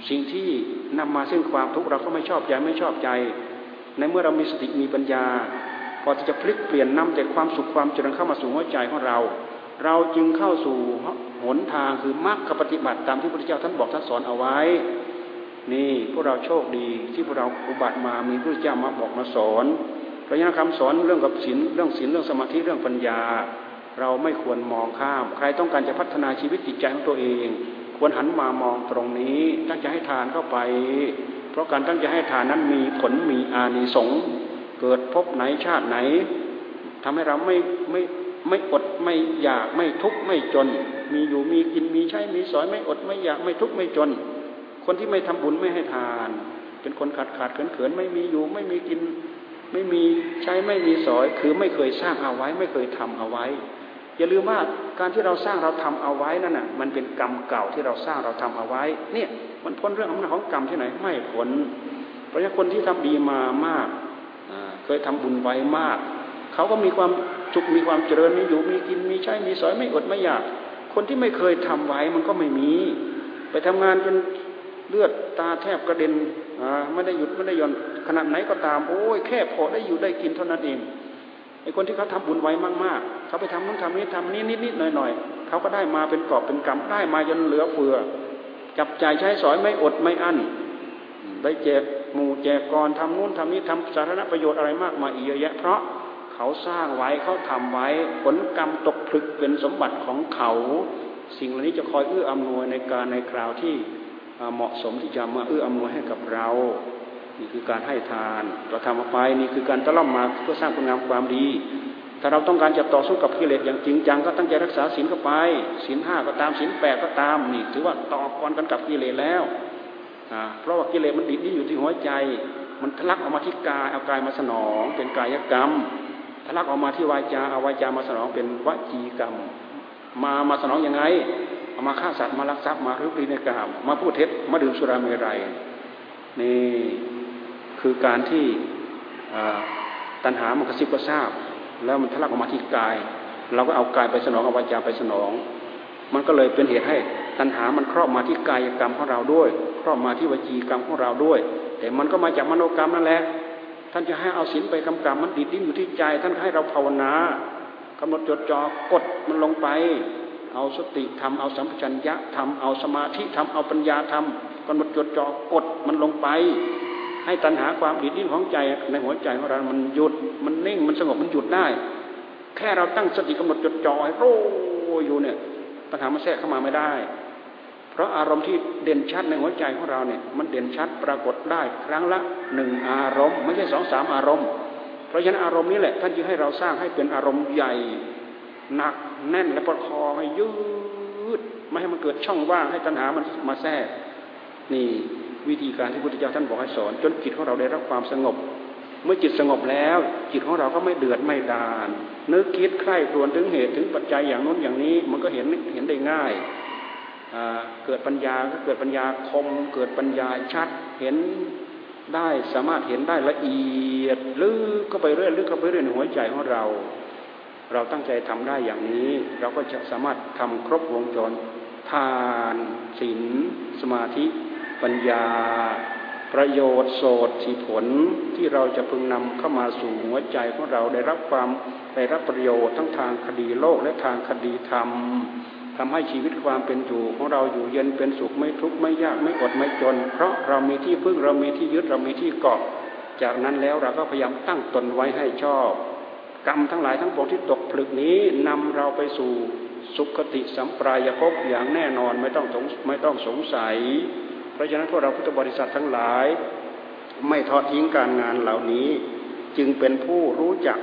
สิ่งที่นำมาซึ่งความทุกข์เราก็ไม่ชอบใจไม่ชอบใจในเมื่อเรามีสติมีปัญญาพอที่จะพลิกเปลี่ยนนำแต่ความสุขความเจริญเข้ามาสู่หัวใจของเราเราจึงเข้าสู่หนทางคือมรรคปฏิบัติตามที่พระพุทธเจ้าท่านบอกท่านสอนเอาไว้นี่พวกเราโชคดีที่พวกเราอุบัติมามีพระพุทธเจ้ามาบอกมาสอนเพราะฉะนั้นคำสอนเรื่องกับศีลเรื่องศีลเรื่องสมาธิเรื่องปัญญาเราไม่ควรมองข้ามใครต้องการจะพัฒนาชีวิตจิตใจของตัวเองควรหันมามองตรงนี้ตั้งใจให้ทานเข้าไปเพราะการตั้งใจให้ทานนั้นมีผลมีอานิสงส์เกิดพบไหนชาติไหนทำให้เราไม่ไม่ไม่อดไม่อยากไม่ทุกข์ไม่จนมีอยู่มีกินมีใช้มีสอยไม่อดไม่อยากไม่ทุกข์ไม่จนคนที่ไม่ทำบุญไม่ให้ทานเป็นคนขาดขาดเขินเขินไม่มีอยู่ไม่มีกินไม่มีใช้ไม่มีสอยคือไม่เคยสร้างเอาไว้ไม่เคยทำเอาไว้อย่าลืมว่าการที่เราสร้างเราทำเอาไว้นั่นน่ะมันเป็นกรรมเก่าที่เราสร้างเราทำเอาไว้เนี่ยมันพ้นเรื่องของกรรมที่ไหนไม่พ้นเพราะฉะนั้นคนที่ทำดีมามากเคยทำบุญไว้มากเขาก็มีความสุขมีความเจริญมีอยู่มีกินมีใช้มีสอยไม่อดไม่อยากคนที่ไม่เคยทำไว้มันก็ไม่มีไปทำงานจนเลือดตาแทบกระเด็นไม่ได้หยุดไม่ได้หย่อนขนาดไหนก็ตามโอ้ยแค่พอได้อยู่ได้กินเท่านั้นเองไอ้คนที่เขาทำบุญไว้มากๆเขาไปทำนู้นทำนี้ทำนี้นิดๆหน่อยๆเขาก็ได้มาเป็นกอบเป็นกำได้มาจนเหลือเฟือจับจ่ายใช้สอยไม่อดไม่อั้นได้แจกหมู่แจกกรทำนู้นทำนี้ทำสาธารณประโยชน์อะไรมากมายอีกเยอะแยะเพราะเขาสร้างไว้เขาทำไว้ผลกรรมตกผลึกเป็นสมบัติของเขาสิ่งเหล่านี้จะคอยเอื้ออำนวยในการในคราวที่เหมาะสมที่จะมาเอื้ออำนวยให้กับเรานี่คือการให้ทานเราทำออกไปนี่คือการตะล่อมมาเพื่อสร้างคุณงามความดีถ้าเราต้องการจะต่อสู้กับกิเลสอย่างจริงจังก็ตั้งใจรักษาศีลเข้าไปศีลห้าก็ตามศีลแปดก็ตามนี่ถือว่าต่อกรกันกับกิเลสแล้วเพราะว่ากิเลสมันติดนี่อยู่ที่หัวใจมันทะลักออกมาที่กายเอากายมาสนองเป็นกายกรรมทะลักออกมาที่วาจาเอาวาจามาสนองเป็นวจีกรรมมามาสนองยังไงเอามาฆ่าสัตว์มาลักทรัพย์มารุกรีในกามมาพูดเท็จมาดื่มสุราเมรัยนี่คือการที่ตัณหามันกระซิบกระซาบแล้วมันทะลักออกมาที่กายเราก็เอากายไปสนองเอาวาจาไปสนองมันก็เลยเป็นเหตุให้ตัณหามันครอบมาที่กายกรรมของเราด้วยครอบมาที่วจีกรรมของเราด้วยแต่มันก็มาจากมโนกรรมนั่นแหละท่านจะให้เอาศีลไปกำกับมันดิดดิ้นอยู่ที่ใจท่านให้เราภาวนากำหนดจดจ่อกดมันลงไปเอาสติทำเอาสัมปชัญญะทำเอาสมาธิทำเอาปัญญาทำกำหนดจดจ่อกดมันลงไปให้ตัณหาความดิดดิ้นของใจในหัวใจของเรามันหยุดมันนิ่งมันสงบมันหยุดได้แค่เราตั้งสติกำหนดจดจ่อให้โรอยู่เนี่ยปัญหามันแทรกเข้ามาไม่ได้เพราะอารมณ์ที่เด่นชัดในหัวใจของเราเนี่ยมันเด่นชัดปรากฏได้ครั้งละหนึ่งอารมณ์ไม่ใช่สองสามอารมณ์เพราะฉะนั้นอารมณ์นี้แหละท่านจึงให้เราสร้างให้เป็นอารมณ์ใหญ่หนักแน่นและประคองให้ยืดไม่ให้มันเกิดช่องว่างให้ตัณหามันมาแทรกนี่วิธีการที่พระพุทธเจ้าท่านบอกให้สอนจนจิตของเราได้รับความสงบเมื่อจิตสงบแล้วจิตของเราก็ไม่เดือดไม่ดาลนึกคิดใคร่ครวญถึงเหตุถึงปัจจัยอย่างโน้นอย่างนี้มันก็เห็นเห็นได้ง่ายเกิดปัญญาก็เกิดปัญญาคมเกิดปัญญาชัดเห็นได้สามารถเห็นได้ละเอียดลึกเข้าไปเรื่อยลึกเข้าไปเรื่อยในหัวใจของเราเราตั้งใจทำได้อย่างนี้เราก็จะสามารถทำครบวงจรทานศีลสมาธิปัญญาประโยชน์โสตสีผลที่เราจะพึงนำเข้ามาสู่หัวใจของเราได้รับความได้รับประโยชน์ทั้งทางคดีโลกและทางคดีธรรมทำให้ชีวิตความเป็นอยู่ของเราอยู่เย็นเป็นสุขไม่ทุกข์ไม่ยากไม่อดไม่จนเพราะเรามีที่พึ่งเรามีที่ยึดเรามีที่เกาะจากนั้นแล้วเราก็พยายามตั้งตนไว้ให้ชอบกรรมทั้งหลายทั้งปวงที่ตกผลึกนี้นำเราไปสู่สุคติสัมปรายภพอย่างแน่นอนไม่ต้องไม่ต้องสงสัยเพราะฉะนั้นพวกเราพุทธบริษัททั้งหลายไม่ทอดทิ้งการงานเหล่านี้จึงเป็นผู้รู้จัก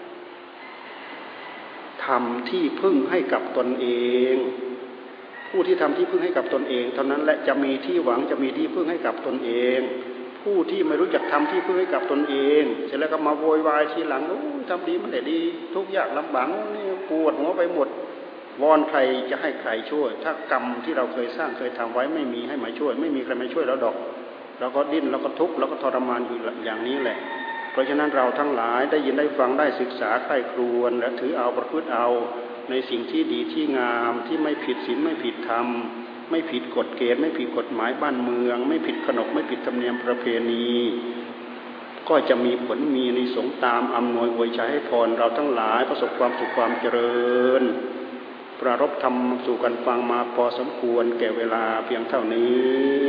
ทำที่พึ่งให้กับตนเองผู้ที่ทำที่พึ่งให้กับตนเองเท่านั้นแหละจะมีที่หวังจะมีที่พึ่งให้กับตนเองผู้ที่ไม่รู้จักทำที่พึ่งให้กับตนเองเสร็จแล้วก็มาโวยวายทีหลังทำดีมันได้ดีทุกอย่างลำบากนี่ปวดหัวไปหมดวอนใครจะให้ใครช่วยถ้ากรรมที่เราเคยสร้างเคยทำไว้ไม่มีให้มาช่วยไม่มีใครมาช่วยเราดอกเราก็ดิ้นเราก็ทุกข์เราก็ทรมานอยู่อย่างนี้แหละเพราะฉะนั้นเราทั้งหลายได้ยินได้ฟังได้ศึกษาใคร่ครวญและถือเอาประพฤติเอาในสิ่งที่ดีที่งามที่ไม่ผิดศีลไม่ผิดธรรมไม่ผิดกฎเกณฑ์ไม่ผิดกฎหมายบ้านเมืองไม่ผิดขนบไม่ผิดธรรมเนียมประเพณีก็จะมีผลมีอานิสงส์ตามอำนวยอวยชัยให้พรเราทั้งหลายประสบความสุขความเจริญปรารภธรรมสู่กันฟังมาพอสมควรแก่เวลาเพียงเท่านี้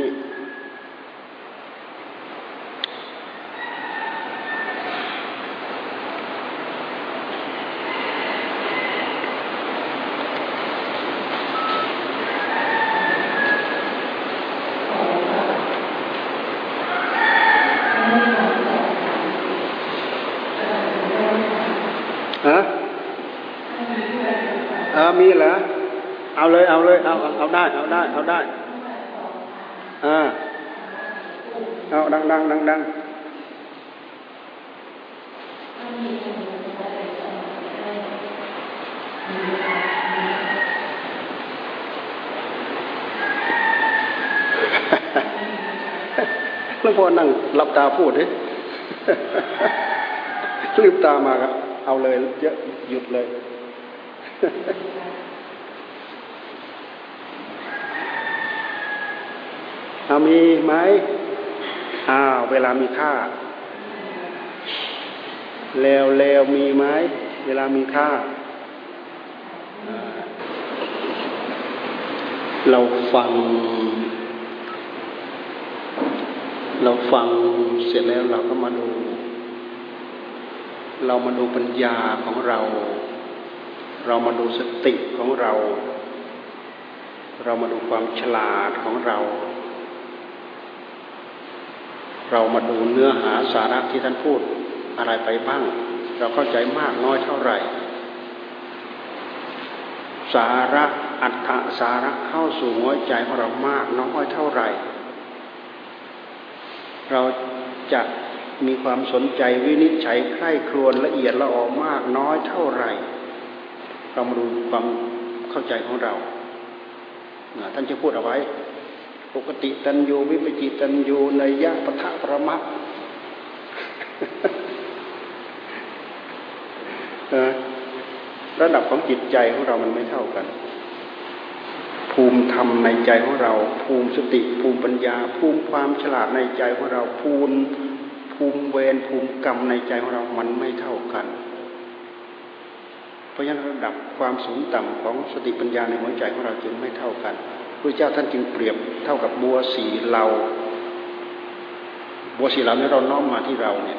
มีเหรอเอาเลยเอาเลยเอาเอาได้เอาได้เอาได้อ่าเอาดังดังดังดังหลวงพ่อนั่งหลับตาพูดดิลืมตามาครับเอาเลยเยอะหยุดเลยเอามีไหมอ้าวเวลามีค่าแล้วแล้วมีไหมเวลามีค่าเราฟังเราฟังเสร็จแล้วเราก็มาดูเรามาดูปัญญาของเราเรามาดูสติของเราเรามาดูความฉลาดของเราเรามาดูเนื้อหาสาระที่ท่านพูดอะไรไปบ้างเราเข้าใจมากน้อยเท่าไหร่สาระอัตถะสาระเข้าสู่หัวใจของเรามากน้อยเท่าไหร่เราจะมีความสนใจวินิจฉัยใคร่ครวญละเอียดละออมากน้อยเท่าไหร่เรามาดูความเข้าใจของเราท่านจะพูดเอาไว้ปกติตัญญูวิปจิตัญญูนัยยะปะทะประมะระดับของจิตใจของเรามันไม่เท่ากันภูมิธรรมในใจของเราภูมิสติภูมิปัญญาภูมิความฉลาดในใจของเราภูมิภูมิเวรภูมิกรรมในใจของเรามันไม่เท่ากันเพราะฉะนั้นระดับความสูงต่ำของสติปัญญาในหัวใจของเราจึงไม่เท่ากันพระเจ้าท่านจึงเปรียบเท่ากับบัวสีเหลาบัวสีเหลานี้เราน้อมมาที่เราเนี่ย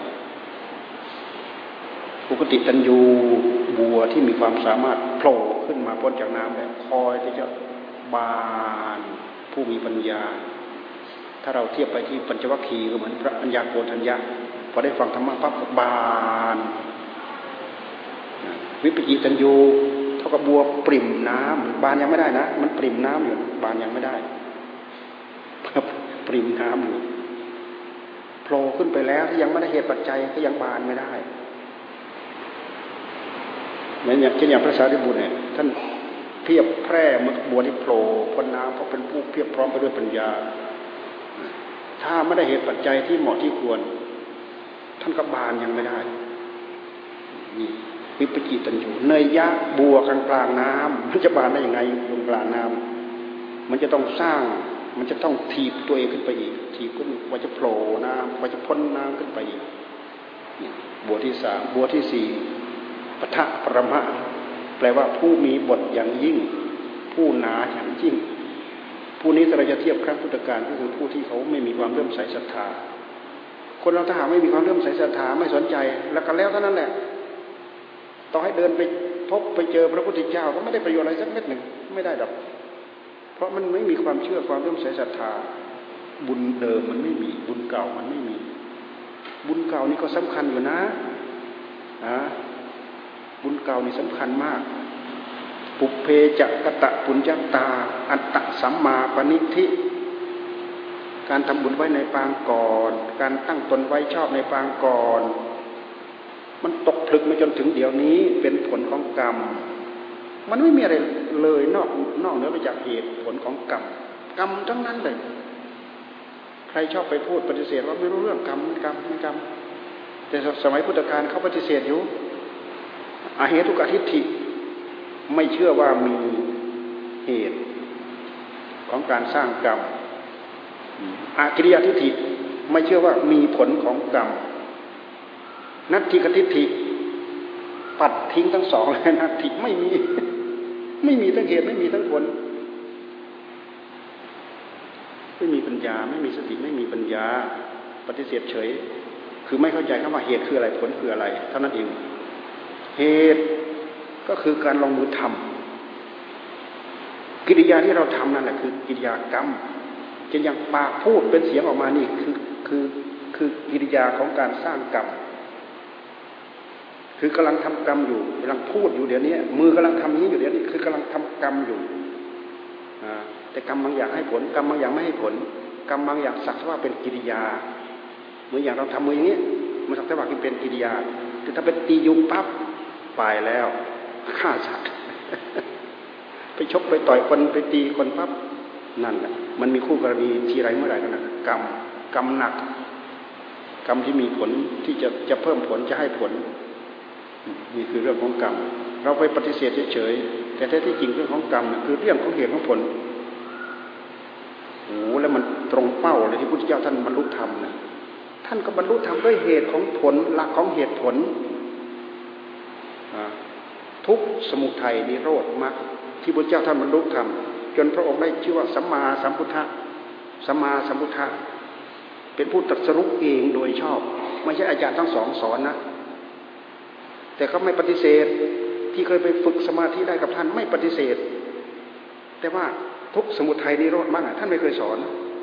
ปกติตัญญูบัวที่มีความสามารถโผล่ขึ้นมาพ้นจากน้ำแบบคอยที่จะบานผู้มีปัญญาถ้าเราเทียบไปที่ปัญจวัคคีย์ก็เหมือนพระอัญญาโกณทัญญะพอได้ฟังธรรมะปั๊บบานวิปจิตัญญูเท่ากับบัวปริ่มน้ำบานยังไม่ได้นะมันปริ่มน้ำอยู่บานยังไม่ได้ปริ่มน้ำอยู่โผล่ขึ้นไปแล้วที่ยังไม่ได้เหตุปัจจัยก็ยังบานไม่ได้เหมือนอย่างเช่นอย่างพระสารีบุตรเนี่ยท่านเพียบแพร่บัวที่โผล่พ้นน้ำเพราะเป็นผู้เพียบพร้อมไปด้วยปัญญาถ้าไม่ได้เหตุปัจจัยที่เหมาะที่ควรท่านก็บานยังไม่ได้นี่วิปจิตัญญูเนยยะบัวกลางกลางน้ำมันจะบานได้ยังไงตรงกลางน้ำมันจะต้องสร้างมันจะต้องถีบตัวเองขึ้นไปอีกถีบขึ้นว่าจะโผล่น้ำว่าจะพ้นน้ำขึ้นไปอีกบัวที่สามบัวที่สี่ปะทะประมะแปลว่าผู้มีบทอย่างยิ่งผู้หนาอย่างยิ่งผู้นี้ถ้าเราจะเทียบครั้งพุทธกาลก็คือผู้ที่เขาไม่มีความเลื่อมใสศรัทธาคนเราถ้าหากไม่มีความเลื่อมใสศรัทธาไม่สนใจแล้วก็แล้วเท่านั้นแหละต่อให้เดินไปพบไปเจอพระพุทธเจ้าก็ไม่ได้ประโยชน์อะไรสักเม็ดหนึ่งไม่ได้ดอกเพราะมันไม่มีความเชื่อความเลื่อมใสศรัทธาบุญเดิมมันไม่มีบุญเก่ามันไม่มีบุญเก่านี่ก็สำคัญอยู่นะนะบุญเก่านี่สำคัญมากปุเพจักตะปุญญาตาอัตตสัมมาปณิธิการทำบุญไว้ในปางก่อนการตั้งตนไว้ชอบในปางก่อนมันตกผลึกมาจนถึงเดี๋ยวนี้เป็นผลของกรรมมันไม่มีอะไรเลยนอกนอกเหนือไปจากเหตุผลของกรรมกรรมทั้งนั้นเลยใครชอบไปพูดปฏิเสธว่าไม่รู้เรื่องกรรมกรรมกรรมแต่สมัยพุทธกาลเขาปฏิเสธอยู่อเหตุกทิฏฐิไม่เชื่อว่ามีเหตุของการสร้างกรรมอากิริยทิฏฐิไม่เชื่อว่ามีผลของกรรมนัตถิกทิฏฐิปัดทิ้งทั้งสองเลยนัตถิไม่มีไม่มีทั้งเหตุไม่มีทั้งผลไม่มีปัญญาไม่มีสติไม่มีปัญญาปฏิเสธเฉยคือไม่เข้าใจคำว่าเหตุคืออะไรผลคืออะไรเท่านั้นเองเหตุก็คือการลงมือทำกิริยาที่เราทำนั่นแหละคือกิริยากรรมเช่นอย่างปากพูดเป็นเสียงออกมานี่คือคือคือกิริยาของการสร้างกรรมคือกำลังทำกรรมอยู่กำลังพูดอยู่เดี๋ยวนี้มือกำลังทำนี้อยู่เดี๋ยวนี้คือกำลังทำกรรมอยู่แต่กรรมบางอย่างให้ผลกรรมบางอย่างไม่ให้ผลกรรมบางอย่างสักว่าเป็นกิริยาเหมือนอย่างเราทำมืออย่างนี้มันสักว่าเป็นกิริยาแต่ถ้าเป็นตียุงปั๊บไปแล้วฆ่าสัตว์ไปชกไปต่อยคนไปตีคนปั๊บนั่นแหละมันมีคู่กรณีทีไรเมื่อไหร่ก็นะกรรมกรรมหนักกรรมที่มีผลที่จะจะเพิ่มผลจะให้ผลนี่คือเรื่องของกรรมเราไปปฏิเสธเฉยๆแต่แท้ที่จริงเรื่องของกรรมคือเรื่องของเหตุของผลโอ้แล้วมันตรงเป้าเลยที่พุทธเจ้าท่านบรรลุธรรมนะท่านก็บรรลุธรรมด้วยเหตุของผลหลักของเหตุผลทุกข์สมุทัยนิโรธมรรคที่พุทธเจ้าท่านบรรลุธรรมจนพระองค์ได้ชื่อว่าสัมมาสัมพุทธะสัมมาสัมพุทธะเป็นผู้ตรัสรู้เองโดยชอบไม่ใช่อาจารย์ทั้งสองสอนนะแต่ก็ไม่ปฏิเสธที่เคยไปฝึกสมาธิได้กับท่านไม่ปฏิเสธแต่ว่าทุกสมุทัยนิโรธมรรคท่านไม่เคยสอน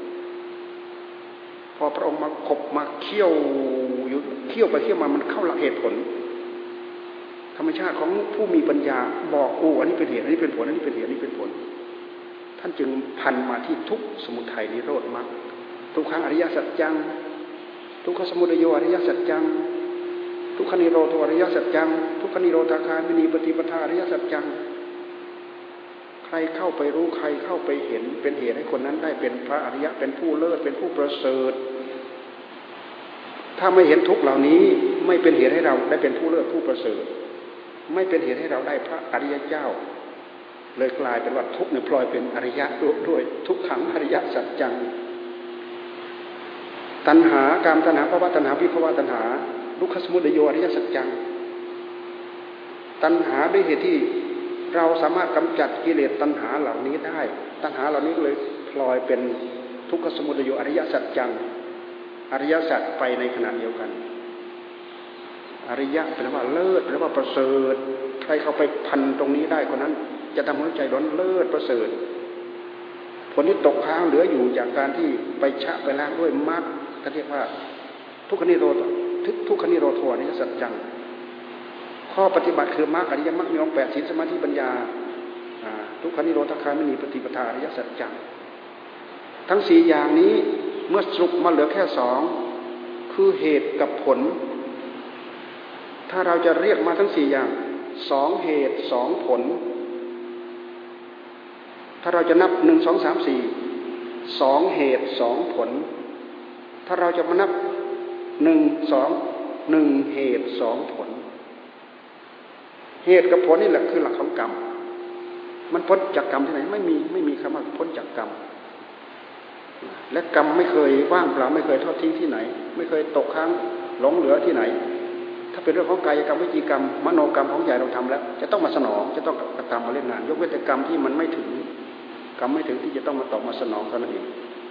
พอพระองค์มาขบมาเคี่ยวอยู่เคี่ยวไปเคี่ยวมามันเข้าหลักเหตุผลธรรมชาติของผู้มีปัญญาบอกโอ้อันนี้เป็นเหตุอันนี้เป็นผลอันนี้เป็นเหตุอันนี้เป็นผลท่านจึงพันมาที่ทุกสมุทัยนิโรธมรรคทุกขังอริยสัจจังทุกขสมุทัยโยอริยสัจจังทุกขนิโรธอริยสัจจังทุกขนิโรธาคามินีปฏิปทาอริยสัจจังใครเข้าไปรู้ใครเข้าไปเห็นเป็นเหตุให้คนนั้นได้เป็นพระอริยะเป็นผู้เลิศเป็นผู้ประเสริฐถ้าไม่เห็นทุกเหล่านี้ไม่เป็นเหตุให้เราได้เป็นผู้เลิศผู้ประเสริฐไม่เป็นเหตุให้เราได้พระอริยเจ้าเลยกลายเป็นว่าทุกข์เนี่ยพลอยเป็นอริยะด้วยทุกขังอริยสัจจังตัณหากามตัณหาภวตัณหาวิภวตัณหาทุกขสมุทัยโยอริยสัจจังตัณหาด้วยเหตุที่เราสามารถกำจัดกิเลสตัณหาเหล่านี้ได้ตัณหาเหล่านี้เลยพลอยเป็นทุกขสมุทัยโยอริยสัจจังอริยสัจไปในขณะเดียวกันอริยะแปลว่าเลิศแปลว่าประเสริฐใครเข้าไปพันตรงนี้ได้คนนั้นจะทำให้ใจร้อนเลิศประเสริฐผลที่ตกค้างเหลืออยู่จากการที่ไปชะไปล้างด้วยมรรคก็เรียกว่าทุกขนิโรธทุกขนิโรธอริยสัจจังข้อปฏิบัติคือมรรคอริยมรรคมีองค์แปดศีลสมาธิปัญญาทุกขนิโรธคามินีปฏิปทาอริยสัจจังทั้งสี่อย่างนี้เมื่อสรุปมาเหลือแค่สองคือเหตุกับผลถ้าเราจะเรียกมาทั้งสี่อย่างสองเหตุสองผลถ้าเราจะนับหนึ่งสองสามสี่สองเหตุสองผลถ้าเราจะมานับหนึ่งสองหนึ่งเหตุสองผลเหตุกับผลนี่แหละคือหลักของกรรมมันพ้นจากกรรมที่ไหนไม่มีไม่มีคำว่าพ้นจากกรรมและกรรมไม่เคยว่างเปล่าไม่เคยทอดทิ้งที่ไหนไม่เคยตกค้างหลงเหลือที่ไหนถ้าเป็นเรื่องของกายกรรมวิจีกรรมมโนกรรมของใหญ่เราทำแล้วจะต้องมาสนองจะต้องกระทำมาเล่นงานยกเว้นแต่กรรมที่มันไม่ถึงกรรมไม่ถึงที่จะต้องมาตอบมาสนองเท่านั้นเอง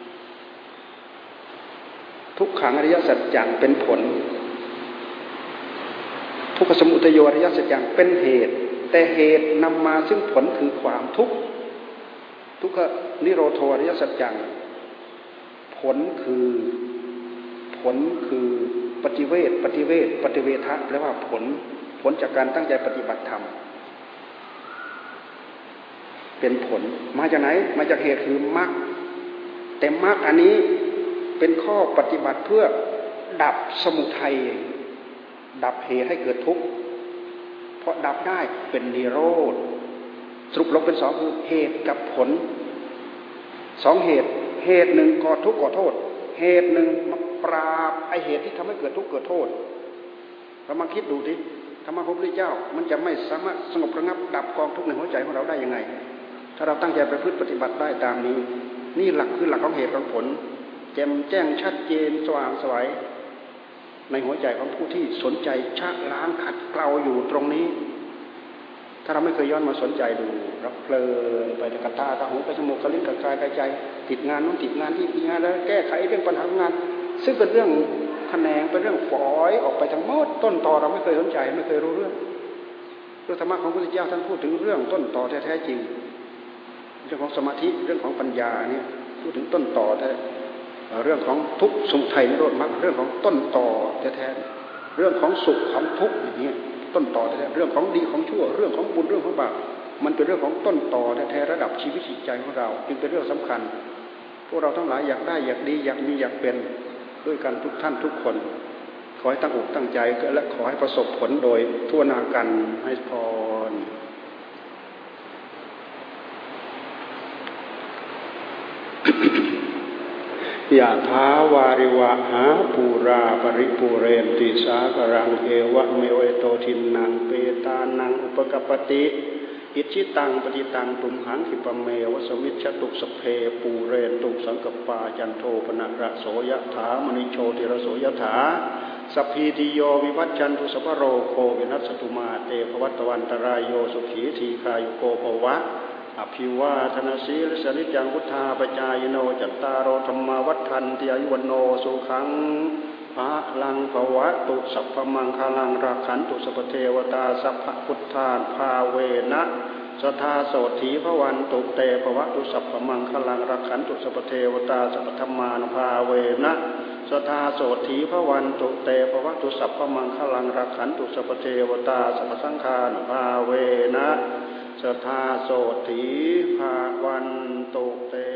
ทุกขังอริยสัจจังเป็นผลทุกขสมุทัยโยอริยสัจจังเป็นเหตุแต่เหตุนำมาซึ่งผลคือความทุกข์ทุกขนิโรธอริยสัจจังผลคือผลคือปฏิเวทปฏิเวทปฏิเวทะแปลว่าผลผลจากการตั้งใจปฏิบัติธรรมเป็นผลมาจากไหนมาจากเหตุคือมรรคแต่มรรคอันนี้เป็นข้อปฏิบัติเพื่อดับสมุทัยดับเหตุให้เกิดทุกข์เพราะดับได้เป็นนิโรธสรุปลงเป็นสองคือเหตุกับผลสองเหตุเหตุหนึ่งก่อทุกข์ก่อโทษเหตุหนึ่งมาปราบไอเหตุที่ทำให้เกิดทุกข์เกิดโทษเรามาคิดดูดิธรรมะของพระพุทธเจ้ามันจะไม่สามารถสงบระงับดับกองทุกข์ในหัวใจของเราได้ยังไงถ้าเราตั้งใจประพฤติปฏิบัติได้ตามนี้นี่หลักคือหลักของเหตุของผลแจ่มแจ้งชัดเจนสว่างไสวในหัวใจของผู้ที่สนใจชะล้างขัดเกลาอยู่ตรงนี้ถ้าเราไม่เคยย้อนมาสนใจดูรับเพลินไปแต่กระตากระหูกระจมูกกระลิ้นกระกายกระใจติดงานนู้นติดงานที่ติดงานแล้วแก้ไขเรื่องปัญหางานซึ่งเป็นเรื่องแขนงเป็นเรื่องฝอยออกไปทั้งหมดต้นตอเราไม่เคยสนใจไม่เคยรู้เรื่องเรื่องธรรมะของพระพุทธเจ้าท่านพูดถึงเรื่องต้นตอแท้ๆจริงเรื่องของสมาธิเรื่องของปัญญาเนี่ยพูดถึงต้นตอแท้เรื่องของทุกข์สมุทัยนิโรธมรรคเรื่องของต้นตอแท้ๆเรื่องของสุขของทุกข์อย่างนี้ต้นตอแท้ๆเรื่องของดีของชั่วเรื่องของบุญเรื่องของบาปมันเป็นเรื่องของต้นตอแท้ๆระดับชีวิตจิตใจของเราจึงเป็นเรื่องสำคัญพวกเราทั้งหลายอยากได้อยากดีอยากมีอยากเป็นด้วยกันทุกท่านทุกคนขอให้ตั้งอกตั้งใจและขอให้ประสบผลโดยทั่วหน้ากันให้พรยะถาวาริวะหาปูราปริปูเรนติสากรังเอวะเมวะโตทินังเปตานังอุปกปติอิชิตังปฏิตังตุมหังคิปะเมวะสมิจฉตุสเพปูเรนตุสังกปาจันโทปนะระโสยถามณิโชติระโสยถาสัพพีติโยวิวัจจันตุสัพพโรโควินัสสตุมาเตภวัตวันตรายโยสุขีทีคายุโกภวะอภิวาทนาสีลสนิจังพุทธาปจายโนจัตตารโอธรรมาวัฏทันติอายุวโนสุขังภะลังภวะตุสัพพมังคลังราขันตุสัพเทวตาสัพพพุทธานภาเวนะสทาโสถีพวันตุเตภวะตุสัพพมังคลังราขันตุสัพเทวตาสัพพธรรมานุภาเวนะสทาโสถีพวันตุเตภวะตุสัพพมังคลังราขันตุสัพเทวตาสัพพสังฆานุภาเวนะสทาโสถีภวันตุเต